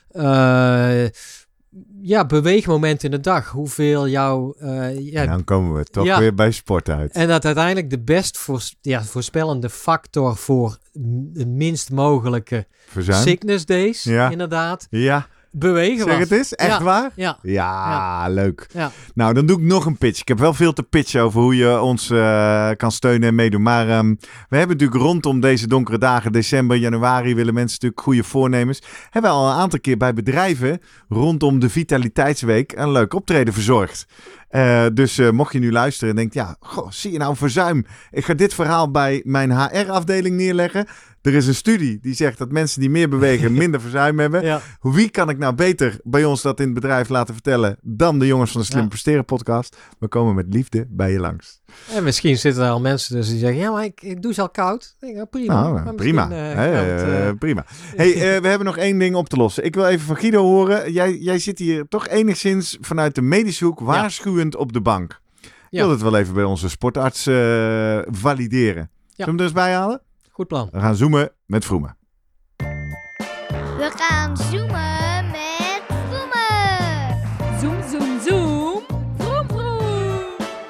eh, ja, beweegmomenten in de dag. Hoeveel jouw... eh, ja, En dan komen we toch Ja. weer bij sport uit. en dat uiteindelijk de best voors- ja, voorspellende factor voor m- de minst mogelijke Verzuim. sickness days, Ja. inderdaad, Ja, bewegen zeg was. het eens. Echt Ja. waar? Ja, Ja, leuk. ja. Nou, dan doe ik nog een pitch. Ik heb wel veel te pitchen over hoe je ons eh, kan steunen en meedoen. Maar ehm, we hebben natuurlijk rondom deze donkere dagen, december, januari, willen mensen natuurlijk goede voornemens. Hebben we al een aantal keer bij bedrijven rondom de Vitaliteitsweek een leuk optreden verzorgd. Eh, dus eh, mocht je nu luisteren en denkt, ja, goh, zie je nou verzuim? Ik ga dit verhaal bij mijn H R-afdeling neerleggen. Er is een studie die zegt dat mensen die meer bewegen minder verzuim hebben. ja. Wie kan ik nou beter bij ons dat in het bedrijf laten vertellen dan de jongens van de Slim Ja. Presteren podcast? We komen met liefde bij je langs. En misschien zitten er al mensen dus die zeggen, ja, maar ik, ik doe ze al koud. Ik denk, ja, prima. Nou, Maar prima. misschien, eh, Hè, kan het, eh, eh, prima. Hey, eh, we hebben nog één ding op te lossen. Ik wil even van Guido horen. Jij, jij zit hier toch enigszins vanuit de medische hoek waarschuwend op de bank. Ik Ja. wil het wel even bij onze sportarts eh, valideren. Zullen we hem er eens bij halen? Goed plan. We gaan zoomen met Vroemen. We gaan zoomen met Vroemen. Zoom, zoom, zoom. Vroom, vroom.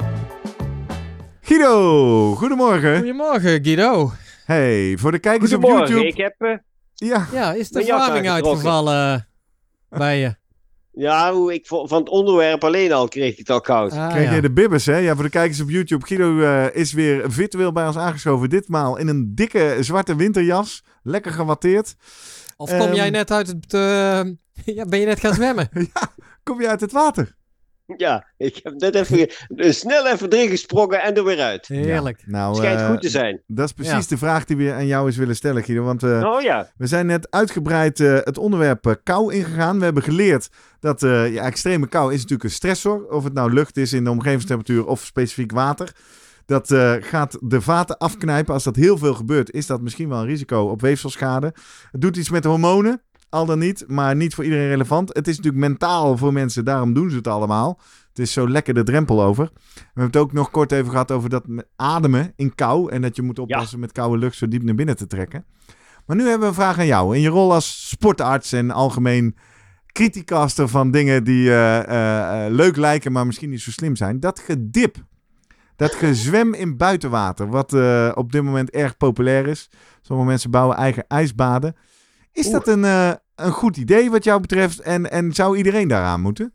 Guido, goedemorgen. Goedemorgen, Guido. Hey, voor de kijkers op Goedemorgen, YouTube. ik heb... eh, Ja, Ja, is de Mijn jas verwarming aangetrokken. uitgevallen bij je? ja, hoe ik vo- van het onderwerp alleen al kreeg ik het al koud. Ah, krijg ja. je de bibbers, hè? Ja, voor de kijkers op YouTube. Guido eh, is weer virtueel bij ons aangeschoven. Ditmaal in een dikke zwarte winterjas. Lekker gewatteerd. Of kom Ehm, jij net uit het... eh, ja, ben je net gaan zwemmen? Kom je uit het water? Ja, ik heb net even eh, snel even erin gesprongen en er weer uit. Heerlijk. Ja, nou, Schijnt eh, goed te zijn. dat is precies Ja. de vraag die we aan jou eens willen stellen, Guido. Want eh, Oh ja, we zijn net uitgebreid eh, het onderwerp eh, kou ingegaan. We hebben geleerd dat eh, ja, extreme kou is natuurlijk een stressor. Of het nou lucht is in de omgevingstemperatuur of specifiek water. Dat eh, gaat de vaten afknijpen. Als dat heel veel gebeurt, is dat misschien wel een risico op weefselschade. Het doet iets met de hormonen. Al dan niet, maar niet voor iedereen relevant. Het is natuurlijk mentaal voor mensen, daarom doen ze het allemaal. Het is zo lekker de drempel over. We hebben het ook nog kort even gehad over dat met ademen in kou. En dat je moet oppassen met koude lucht zo diep naar binnen te trekken. Maar nu hebben we een vraag aan jou. In je rol als sportarts en algemeen criticaster van dingen die eh, eh, eh, leuk lijken, maar misschien niet zo slim zijn. Dat gedip, dat gezwem in buitenwater, wat eh, op dit moment erg populair is. Sommige mensen bouwen eigen ijsbaden. Is Oeh. dat een, eh, een goed idee wat jou betreft? En, en zou iedereen daaraan moeten?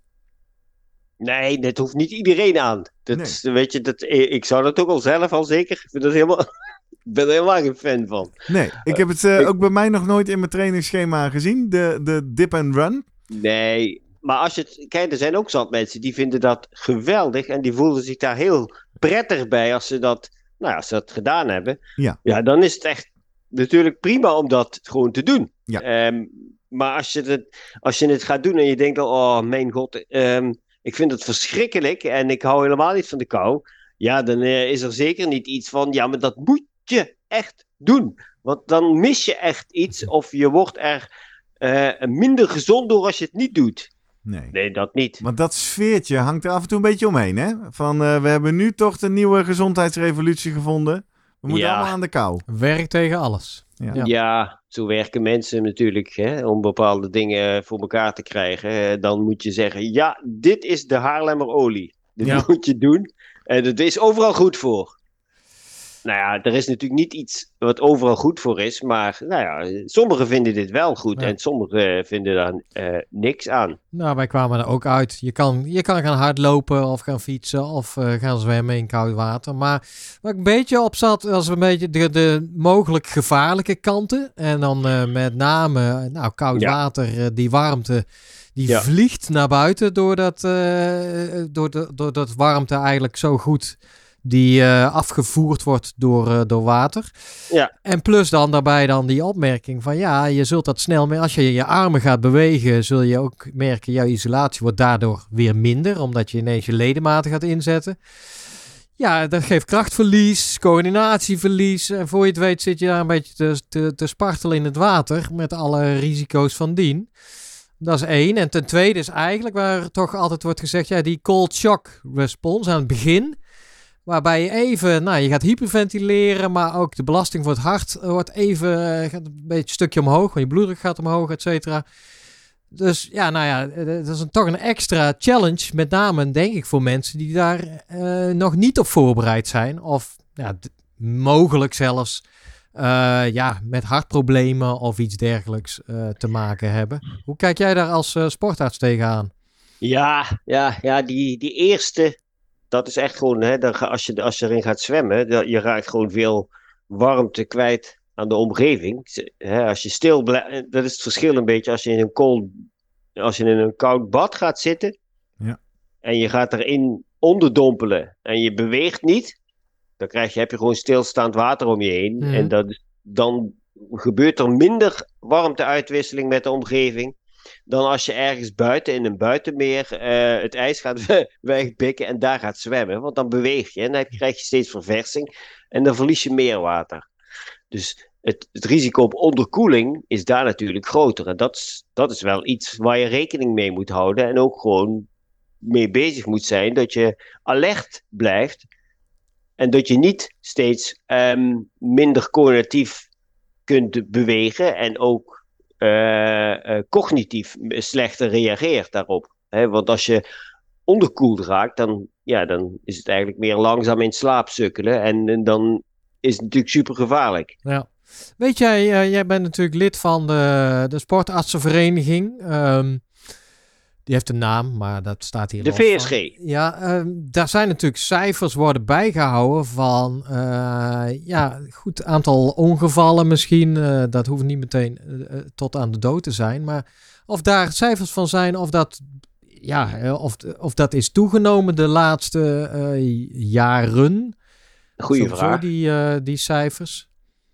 nee, dat hoeft niet iedereen aan. Dat, weet je, dat, eh, ik zou dat ook al zelf al zeker. Ik vind dat helemaal, ik ben er helemaal geen fan van. Nee, ik heb het eh, ik- ook bij mij nog nooit in mijn trainingsschema gezien. De, de dip and run. Nee, maar als je het... Kijk, er zijn ook zat mensen die vinden dat geweldig en die voelen zich daar heel prettig bij als ze dat, nou ja, als ze dat gedaan hebben. Ja. Ja, dan is het echt natuurlijk prima om dat gewoon te doen. Ja. Ehm, maar als je, het, als je het gaat doen en je denkt, oh mijn god, ehm, ik vind het verschrikkelijk en ik hou helemaal niet van de kou. Ja, dan eh, is er zeker niet iets van, ja, maar dat moet je echt doen. Want dan mis je echt iets of je wordt er eh, minder gezond door als je het niet doet. Nee. Nee, dat niet. Want dat sfeertje hangt er af en toe een beetje omheen, hè? Van, eh, we hebben nu toch de nieuwe gezondheidsrevolutie gevonden. We moeten Ja. allemaal aan de kou. Werk tegen alles. Ja. Ja. Ja, zo werken mensen natuurlijk, hè, om bepaalde dingen voor elkaar te krijgen. Eh, Dan moet je zeggen, ja, dit is de Haarlemmer olie. Dit Ja. moet je doen. En het is overal goed voor. Nou ja, er is natuurlijk niet iets wat overal goed voor is. Maar nou ja, sommigen vinden dit wel goed. Ja. En sommigen vinden daar uh, niks aan. Nou, wij kwamen er ook uit. Je kan, je kan gaan hardlopen of gaan fietsen of uh, gaan zwemmen in koud water. Maar waar ik een beetje op zat, was een beetje de, de mogelijk gevaarlijke kanten. En dan uh, met name nou, koud Ja. water, uh, die warmte, die Ja. vliegt naar buiten doordat, uh, doordat, doordat warmte eigenlijk zo goed die uh, afgevoerd wordt door, uh, door water. Ja. En plus dan daarbij dan die opmerking van ja, je zult dat snel meer, als je je armen gaat bewegen, zul je ook merken, jouw isolatie wordt daardoor weer minder, omdat je ineens je ledematen gaat inzetten. Ja, dat geeft krachtverlies, coördinatieverlies. En voor je het weet zit je daar een beetje te, te, te spartelen in het water met alle risico's van dien. Dat is één. En ten tweede is eigenlijk waar toch altijd wordt gezegd, ja, die cold shock response aan het begin. Waarbij je even, nou, je gaat hyperventileren, maar ook de belasting voor het hart wordt even, gaat een beetje een stukje omhoog, want je bloeddruk gaat omhoog, et cetera. Dus ja, nou ja, dat is een, toch een extra challenge, met name denk ik voor mensen die daar uh, nog niet op voorbereid zijn. Of ja, d- mogelijk zelfs uh, ja, met hartproblemen of iets dergelijks uh, te maken hebben. Hoe kijk jij daar als uh, sportarts tegenaan? Ja, ja, ja die, die eerste... Dat is echt gewoon, hè, dan ga, als, je, als je erin gaat zwemmen, dan, je raakt gewoon veel warmte kwijt aan de omgeving. Hè, als je stil blijft, dat is het verschil een beetje als je in een, cold, als je in een koud bad gaat zitten. Ja. En je gaat erin onderdompelen en je beweegt niet. Dan krijg je, heb je gewoon stilstaand water om je heen. Mm. En dat, dan gebeurt er minder warmteuitwisseling met de omgeving dan als je ergens buiten in een buitenmeer uh, het ijs gaat wegbikken en daar gaat zwemmen. Want dan beweeg je en dan krijg je steeds verversing en dan verlies je meer water. Dus het, het risico op onderkoeling is daar natuurlijk groter. En dat is, dat is wel iets waar je rekening mee moet houden en ook gewoon mee bezig moet zijn. Dat je alert blijft en dat je niet steeds um, minder coördinatief kunt bewegen en ook Uh, uh, cognitief slechter reageert daarop. Hè? Want als je onderkoeld raakt, dan, ja, dan is het eigenlijk meer langzaam in slaap sukkelen. En, en dan is het natuurlijk super gevaarlijk. Ja. Weet jij, uh, jij bent natuurlijk lid van de, de sportartsenvereniging. Um, die heeft een naam, maar dat staat hier De los V S G. van. Ja, um, daar zijn natuurlijk cijfers worden bijgehouden van uh, ja, goed aantal ongevallen misschien. Uh, dat hoeft niet meteen uh, tot aan de dood te zijn. Maar of daar cijfers van zijn, of dat, ja, of, of dat is toegenomen de laatste uh, jaren. Goeie Sowieso vraag. Die, uh, die cijfers.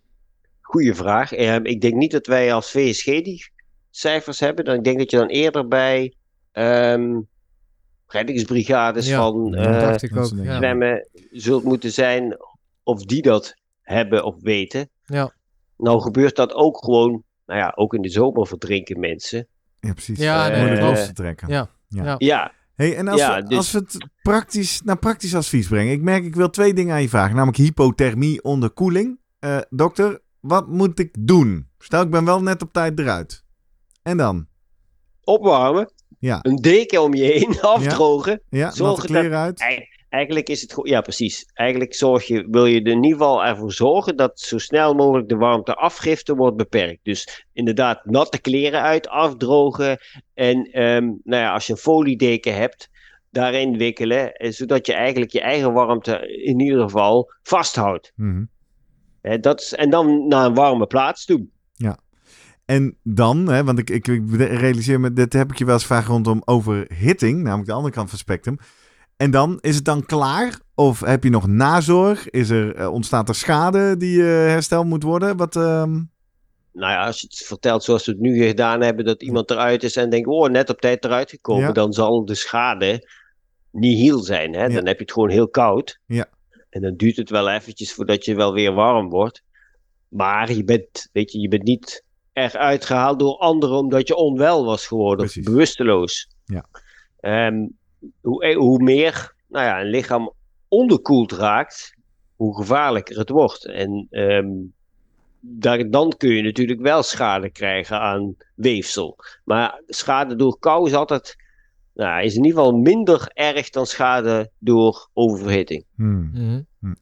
Goeie vraag. Uh, ik denk niet dat wij als V S G die cijfers hebben. Dan, ik denk dat je dan eerder bij Um, reddingsbrigades ja, van uh, dat dacht ik dat ook. is een- Ja. zwemmen zult moeten zijn of die dat hebben of weten. Ja. Nou gebeurt dat ook gewoon, nou ja, ook in de zomer verdrinken mensen. Ja, precies. Ja, nee, Moeilijk uh, los te trekken. Ja. Ja. Ja. Ja, Hey, en als, Ja, we, dus- als we het praktisch, naar praktisch advies brengen. Ik merk, ik wil twee dingen aan je vragen. Namelijk hypothermie, onderkoeling. Uh, dokter, wat moet ik doen? Stel, ik ben wel net op tijd eruit. En dan? opwarmen, Ja, een deken om je heen, afdrogen. ja Zorg natte kleren uit. Ei- Eigenlijk is het goed, ja precies. Eigenlijk zorg je, wil je er in ieder geval ervoor zorgen dat zo snel mogelijk de warmteafgifte wordt beperkt. Dus inderdaad natte kleren uit, afdrogen en um, nou ja, als je een foliedeken hebt, daarin wikkelen, eh, zodat je eigenlijk je eigen warmte in ieder geval vasthoudt. Mhm. Eh, dat is, en dan naar een warme plaats toe. En dan, hè, want ik, ik, ik realiseer me, dit heb ik je wel eens vaak rondom overhitting, namelijk de andere kant van het spectrum. En dan, is het dan klaar? Of heb je nog nazorg? Is er, uh, ontstaat er schade die uh, hersteld moet worden? Wat, uh... Nou ja, als je het vertelt zoals we het nu gedaan hebben, dat iemand eruit is en denkt, oh, net op tijd eruit gekomen, Ja. dan zal de schade nihil zijn. Hè? Ja. Dan heb je het gewoon heel koud. Ja. En dan duurt het wel eventjes voordat je wel weer warm wordt. Maar je bent, weet je, je bent niet eruit gehaald door anderen omdat je onwel was geworden Precies. of bewusteloos. Ja. Um, hoe, hoe meer nou ja, een lichaam onderkoeld raakt, hoe gevaarlijker het wordt. En um, daar, dan kun je natuurlijk wel schade krijgen aan weefsel. Maar schade door kou is altijd, nou, is in ieder geval minder erg dan schade door oververhitting. Hmm. Mm-hmm.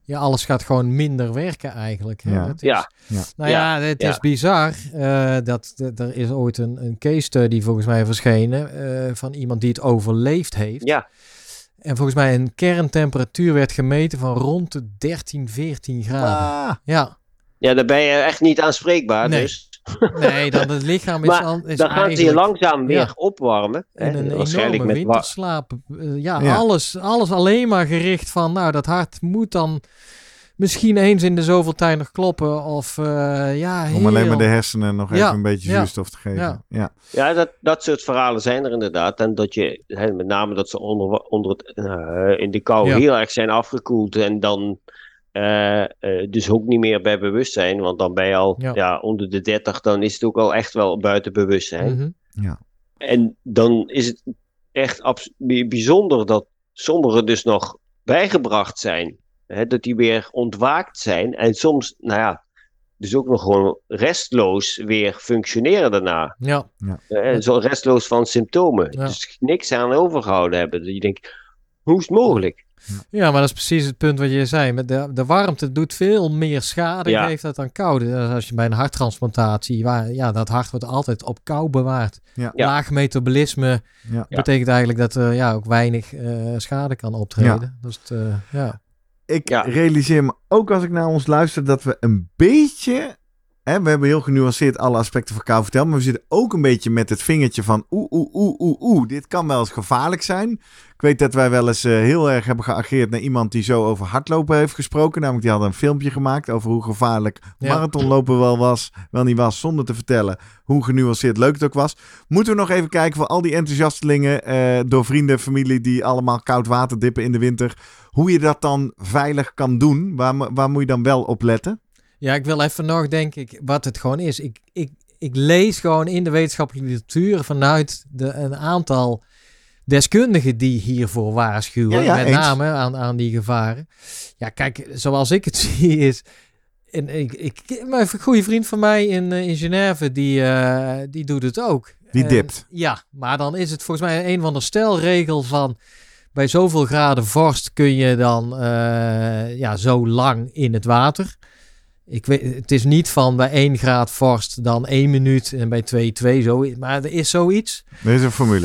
ja, alles gaat gewoon minder werken eigenlijk. Hè? Ja. Het is, Ja. Ja. Nou ja, Ja, het ja. is bizar. Uh, dat, dat, er is ooit een, een case study volgens mij verschenen uh, van iemand die het overleefd heeft. Ja. En volgens mij een kerntemperatuur werd gemeten van rond de dertien, veertien graden. Ah, Ja, Ja, dan ben je echt niet aanspreekbaar. Nee. Dus. nee, dan het lichaam is, Maar al, is dan gaan ze je eigenlijk langzaam weer ja. opwarmen. Hè? in een Waarschijnlijk enorme met wa- winterslaap. Uh, ja, Ja. Alles, alles alleen maar gericht van, nou, dat hart moet dan misschien eens in de zoveel tijd nog kloppen. Of uh, ja, heel... om alleen maar de hersenen nog Ja, even een beetje ja, zuurstof te geven. ja. Ja. Ja, dat, dat soort verhalen zijn er inderdaad. En dat je, hè, met name dat ze onder, onder het, uh, in de kou Ja. heel erg zijn afgekoeld. En dan uh, uh, dus ook niet meer bij bewustzijn. Want dan ben je al Ja. ja. onder de dertig. Dan is het ook al echt wel buiten bewustzijn. Mhm. En dan is het echt abs- bij- bijzonder dat sommigen dus nog bijgebracht zijn. Hè, dat die weer ontwaakt zijn. En soms, nou ja, dus ook nog gewoon restloos weer functioneren daarna. Ja, Eh, zo restloos van symptomen. Ja. Dus niks aan overgehouden hebben. Dat je denkt, hoe is het mogelijk? ja, maar dat is precies het punt wat je zei. Met de, de warmte doet veel meer schade, Ja. geeft dat dan koude. Dus als je bij een harttransplantatie, waar, ja, dat hart wordt altijd op kou bewaard. Ja. Ja. Laag metabolisme Ja. betekent eigenlijk dat er ja, ook weinig uh, schade kan optreden. Dus het, uh, ja. Ik Ja. realiseer me ook als ik naar ons luister dat we een beetje... Hè, we hebben heel genuanceerd alle aspecten van kou verteld. Maar we zitten ook een beetje met het vingertje van... Oeh, oeh, oeh, oeh, oeh. Dit kan wel eens gevaarlijk zijn. Ik weet dat wij wel eens uh, heel erg hebben geageerd naar iemand die zo over hardlopen heeft gesproken. Namelijk, die had een filmpje gemaakt over hoe gevaarlijk Ja. marathonlopen wel was. Wel niet was, zonder te vertellen hoe genuanceerd leuk het ook was. Moeten we nog even kijken voor al die enthousiastelingen... Uh, door vrienden, familie die allemaal koud water dippen in de winter... Hoe je dat dan veilig kan doen. Waar, waar moet je dan wel op letten? Ja, ik wil even nog, denk ik, wat het gewoon is. Ik, ik, ik lees gewoon in de wetenschappelijke literatuur vanuit de, een aantal deskundigen die hiervoor waarschuwen. Ja, ja, met eens. name aan, aan die gevaren. Ja, kijk, zoals ik het zie is... En ik, ik, mijn goede vriend van mij in, in Genève, die, uh, die doet het ook. Die En, dipt. ja, maar dan is het volgens mij een van de stelregels van... Bij zoveel graden vorst kun je dan uh, ja, zo lang in het water. Ik weet, het is niet van bij één graad vorst dan één minuut en bij twee, twee zo. Maar er is zoiets. Er is een formule.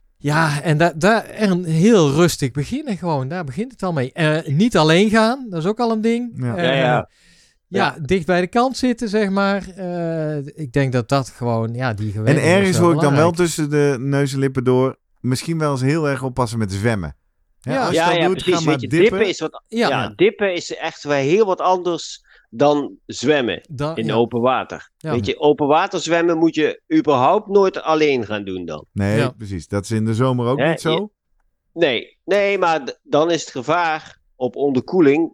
Ja, en daar da, en heel rustig beginnen gewoon. Daar begint het al mee. Uh, niet alleen gaan, dat is ook al een ding. Ja. Uh, Ja, ja. Ja, Ja. dicht bij de kant zitten, zeg maar. Uh, ik denk dat dat gewoon, ja, die En gewenning ergens is wel hoor ik dan wel belangrijk. tussen de neus en lippen door... misschien wel eens heel erg oppassen met zwemmen. Hè, Ja. als je Ja, dat ja, doet, precies. ga maar Weet je, dippen. dippen is wat, Ja. ja. dippen is echt wel heel wat anders dan zwemmen Dan, in ja. open water. Ja. Weet je, open water zwemmen moet je überhaupt nooit alleen gaan doen dan. Nee, Ja. precies. Dat is in de zomer ook Hè, niet zo. Nee, nee, maar d- dan is het gevaar op onderkoeling,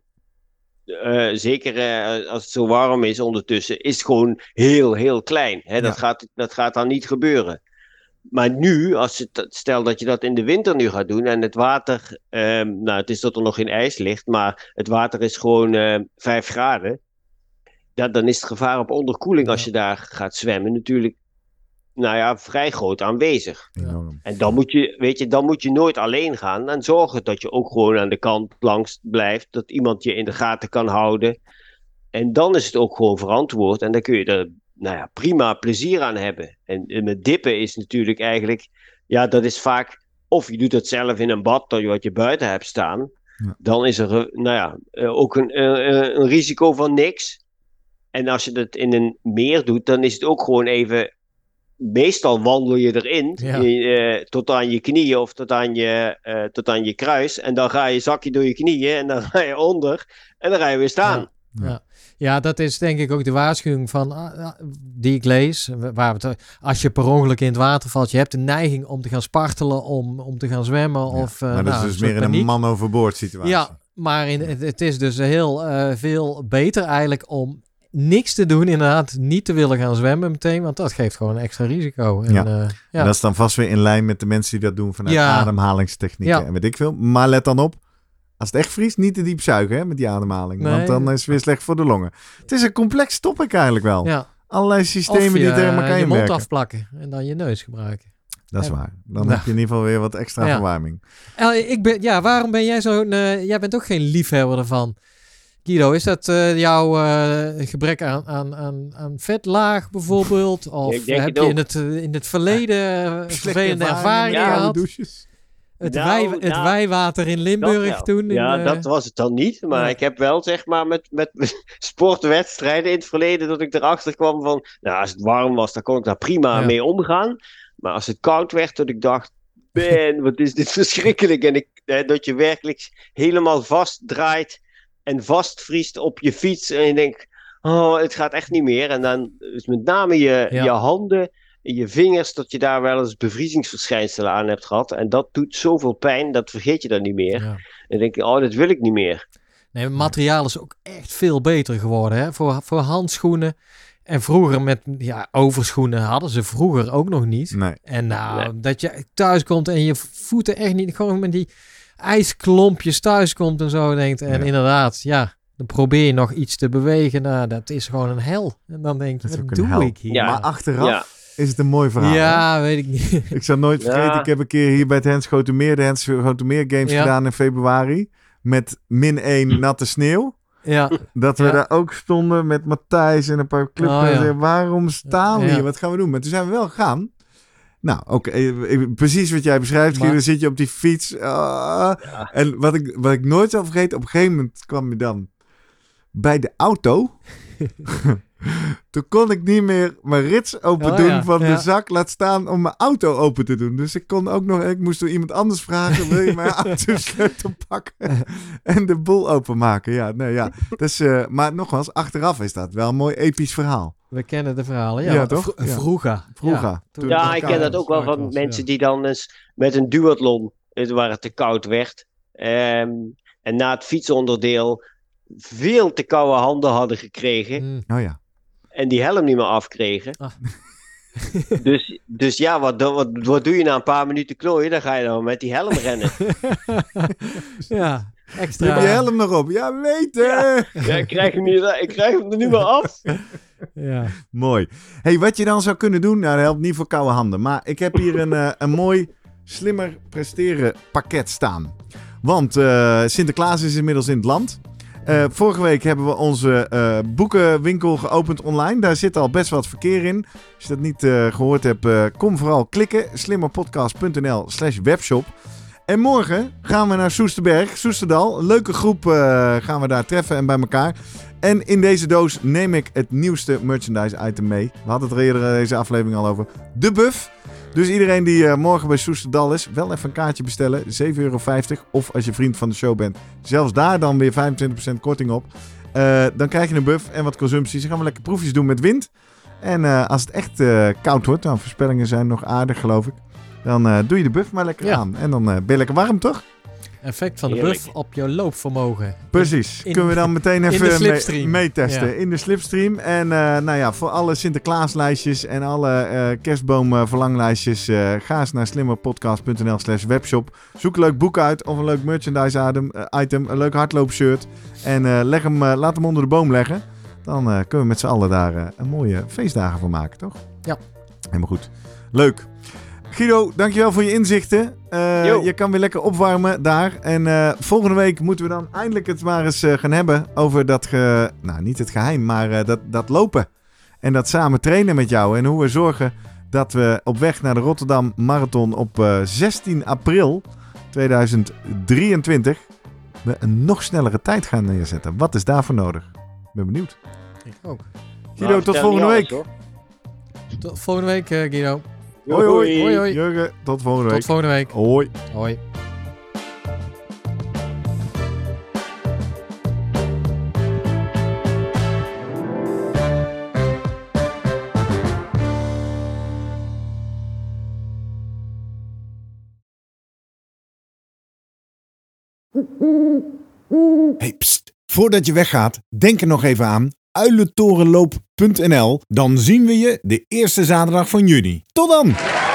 eh, zeker eh, als het zo warm is ondertussen, is gewoon heel, heel klein. Hè? Dat, Ja. gaat, dat gaat dan niet gebeuren. Maar nu, als het, stel dat je dat in de winter nu gaat doen en het water, ehm, nou het is dat er nog geen ijs ligt, maar het water is gewoon eh, vijf graden. Ja, dan is het gevaar op onderkoeling als Ja. je daar gaat zwemmen natuurlijk, nou ja, vrij groot aanwezig. Enorm. En dan moet je, weet je, dan moet je nooit alleen gaan. En zorgen dat je ook gewoon aan de kant langs blijft. Dat iemand je in de gaten kan houden. En dan is het ook gewoon verantwoord. En dan kun je er, nou ja, prima plezier aan hebben. En, en met dippen is natuurlijk eigenlijk, ja, dat is vaak, of je doet het zelf in een bad, dat je wat je buiten hebt staan. Ja. Dan is er, eh, nou ja, eh, ook een, eh, een risico van niks. En als je dat in een meer doet, dan is het ook gewoon even... Meestal wandel je erin, Ja. je, uh, tot aan je knieën of tot aan je, uh, tot aan je kruis. En dan ga je zakje door je knieën en dan ga je onder en dan ga je weer staan. Ja. Ja. Ja, dat is denk ik ook de waarschuwing van, ah, ah, die ik lees. Waar we het, als je per ongeluk in het water valt, je hebt de neiging om te gaan spartelen, om, om te gaan zwemmen. Ja, Of, uh, maar dat nou, is dus soort meer in paniek. een man overboord situatie. Ja, maar in, het, het is dus heel uh, veel beter eigenlijk om niks te doen, inderdaad. Niet te willen gaan zwemmen meteen, want dat geeft gewoon een extra risico. En, Ja. uh, ja. En dat is dan vast weer in lijn met de mensen die dat doen vanuit Ja. ademhalingstechnieken Ja. en weet ik veel. Maar let dan op, als het echt vriest, niet te diep zuigen hè, met die ademhaling. Nee. Want dan is het weer slecht voor de longen. Het is een complex topic eigenlijk wel. ja. Allerlei systemen Of je, die tegen elkaar je mond inwerken. afplakken en dan je neus gebruiken. Dat is Ja. waar. Dan Nou. heb je in ieder geval weer wat extra Ja. verwarming. El, ik ben, ja, waarom ben jij zo'n... Uh, jij bent ook geen liefhebber ervan. Guido, is dat uh, jouw uh, gebrek aan, aan, aan, aan vetlaag bijvoorbeeld? Of Ik denk heb het je ook. in het, uh, in het verleden uh, vervelende ervaringen ja, gehad? douches. Het, Nou, wij, het nou, wijwater in Limburg Dat wel. toen? In, Ja, uh, dat was het dan niet. Maar Ja. ik heb wel, zeg maar, met, met sportwedstrijden in het verleden dat ik erachter kwam van, nou, als het warm was, dan kon ik daar prima Ja. mee omgaan. Maar als het koud werd, dat ik dacht, man, wat is dit verschrikkelijk. En ik, eh, dat je werkelijk helemaal vastdraait en vastvriest op je fiets. En je denkt, oh, het gaat echt niet meer. En dan is met name je, Ja. je handen, je vingers, dat je daar wel eens bevriezingsverschijnselen aan hebt gehad. En dat doet zoveel pijn, dat vergeet je dan niet meer. ja. En dan denk je, oh, dat wil ik niet meer. Nee, het materiaal is ook echt veel beter geworden hè? Voor, voor handschoenen. En vroeger met ja, overschoenen hadden ze vroeger ook nog niet. Nee. En nou, Nee. dat je thuis komt en je voeten echt niet, gewoon met die ijsklompjes thuis komt en zo denkt. En Ja. inderdaad, ja, dan probeer je nog iets te bewegen. Nou, dat is gewoon een hel. En dan denk je, Dat is wat ook een doe hel. ik hier? Ja. Maar achteraf Ja. is het een mooi verhaal. hè? Ja, weet ik niet. Ik zal nooit Ja. vergeten, ik heb een keer hier bij het Hens Grotemeer, de Hens Grotemeer Games Ja. gedaan in februari. Met min één natte sneeuw. Ja, Dat we Ja. daar ook stonden met Matthijs en een paar clubfans. Oh, ja. En waarom staan we Ja. hier? Wat gaan we doen? Maar toen zijn we wel gegaan. Nou, oké. eh, precies wat jij beschrijft. Maar- Dan zit je op die fiets. ah. En wat ik, wat ik nooit zal vergeten, op een gegeven moment kwam je dan bij de auto. Toen kon ik niet meer mijn rits open Oh, doen ja, van ja. de zak. Laat staan om mijn auto open te doen. Dus ik kon ook nog... Ik moest door iemand anders vragen. Wil je mijn autosleutel pakken? En de boel openmaken. Ja, nee, ja. Dus, uh, maar nogmaals, achteraf is dat wel een mooi episch verhaal. we kennen de verhalen. Ja, Ja, want toch? vro- Ja. Vroeger. Vroeger. Ja, toen- Ja, Ja, toen ik het ken koud dat ook wel was, van ja. mensen die dan eens met een duathlon, eh, waar het te koud werd, ehm, en na het fietsonderdeel veel te koude handen hadden gekregen Mm. Oh ja. en die helm niet meer afkregen. Ah. dus, dus ja, wat, do- wat, wat doe je na een paar minuten klooien? Dan ga je dan met die helm rennen. ja, Heb extra. je helm nog op? Ja, weten! Ja. Ja, ik, krijg hem niet, ik krijg hem er niet meer af. Ja. Mooi. Hey, wat je dan zou kunnen doen, nou, dat helpt niet voor koude handen. Maar ik heb hier een, uh, een mooi slimmer presteren pakket staan. Want uh, Sinterklaas is inmiddels in het land. Uh, vorige week hebben we onze uh, boekenwinkel geopend online. Daar zit al best wat verkeer in. Als je dat niet uh, gehoord hebt, uh, kom vooral klikken. slimmerpodcast.nl slash webshop. En morgen gaan we naar Soesterberg, Soesterdal. Een leuke groep uh, gaan we daar treffen en bij elkaar. En in deze doos neem ik het nieuwste merchandise item mee. We hadden het er eerder deze aflevering al over. De Buff. Dus iedereen die uh, morgen bij Soesterdal is, wel even een kaartje bestellen. zeven euro vijftig. Of als je vriend van de show bent, zelfs daar dan weer vijfentwintig procent korting op. Uh, dan krijg je een buff en wat consumpties. Dan gaan we lekker proefjes doen met wind. En uh, als het echt uh, koud wordt, nou voorspellingen zijn nog aardig geloof ik. Dan uh, doe je de buff maar lekker Ja. aan. En dan uh, ben je lekker warm, toch? Effect van de Heerlijk. buff op je loopvermogen. Precies. In- Kunnen we dan meteen in de even slipstream. mee, meetesten. Ja. In de slipstream. En uh, nou ja, voor alle Sinterklaaslijstjes en alle uh, kerstboom uh, verlanglijstjes, uh, ga eens naar slimmerpodcast.nl slash webshop. Zoek een leuk boek uit of een leuk merchandise item, uh, item een leuk hardloopshirt. En uh, leg hem, uh, laat hem onder de boom leggen. Dan uh, kunnen we met z'n allen daar uh, een mooie feestdagen van maken, toch? Ja. Helemaal goed. Leuk. Guido, dankjewel voor je inzichten. Uh, Jo. je kan weer lekker opwarmen daar. En uh, volgende week moeten we dan eindelijk het maar eens uh, gaan hebben over dat, ge... nou niet het geheim, maar uh, dat, dat lopen. En dat samen trainen met jou. En hoe we zorgen dat we op weg naar de Rotterdam Marathon op uh, zestien april tweeduizend drieëntwintig we een nog snellere tijd gaan neerzetten. Wat is daarvoor nodig? Ik ben benieuwd. Ik ook. Guido, Nou, tot vertel volgende niet week. alles, hoor. Tot volgende week, uh, Guido. Hoi hoi. Hoi, hoi. Jurgen, tot volgende Tot week. volgende week. Hoi. Hoi. Hey, pst. Voordat je weggaat, denk er nog even aan uilentorenloop punt n l. Dan zien we je de eerste zaterdag van juni. Tot dan!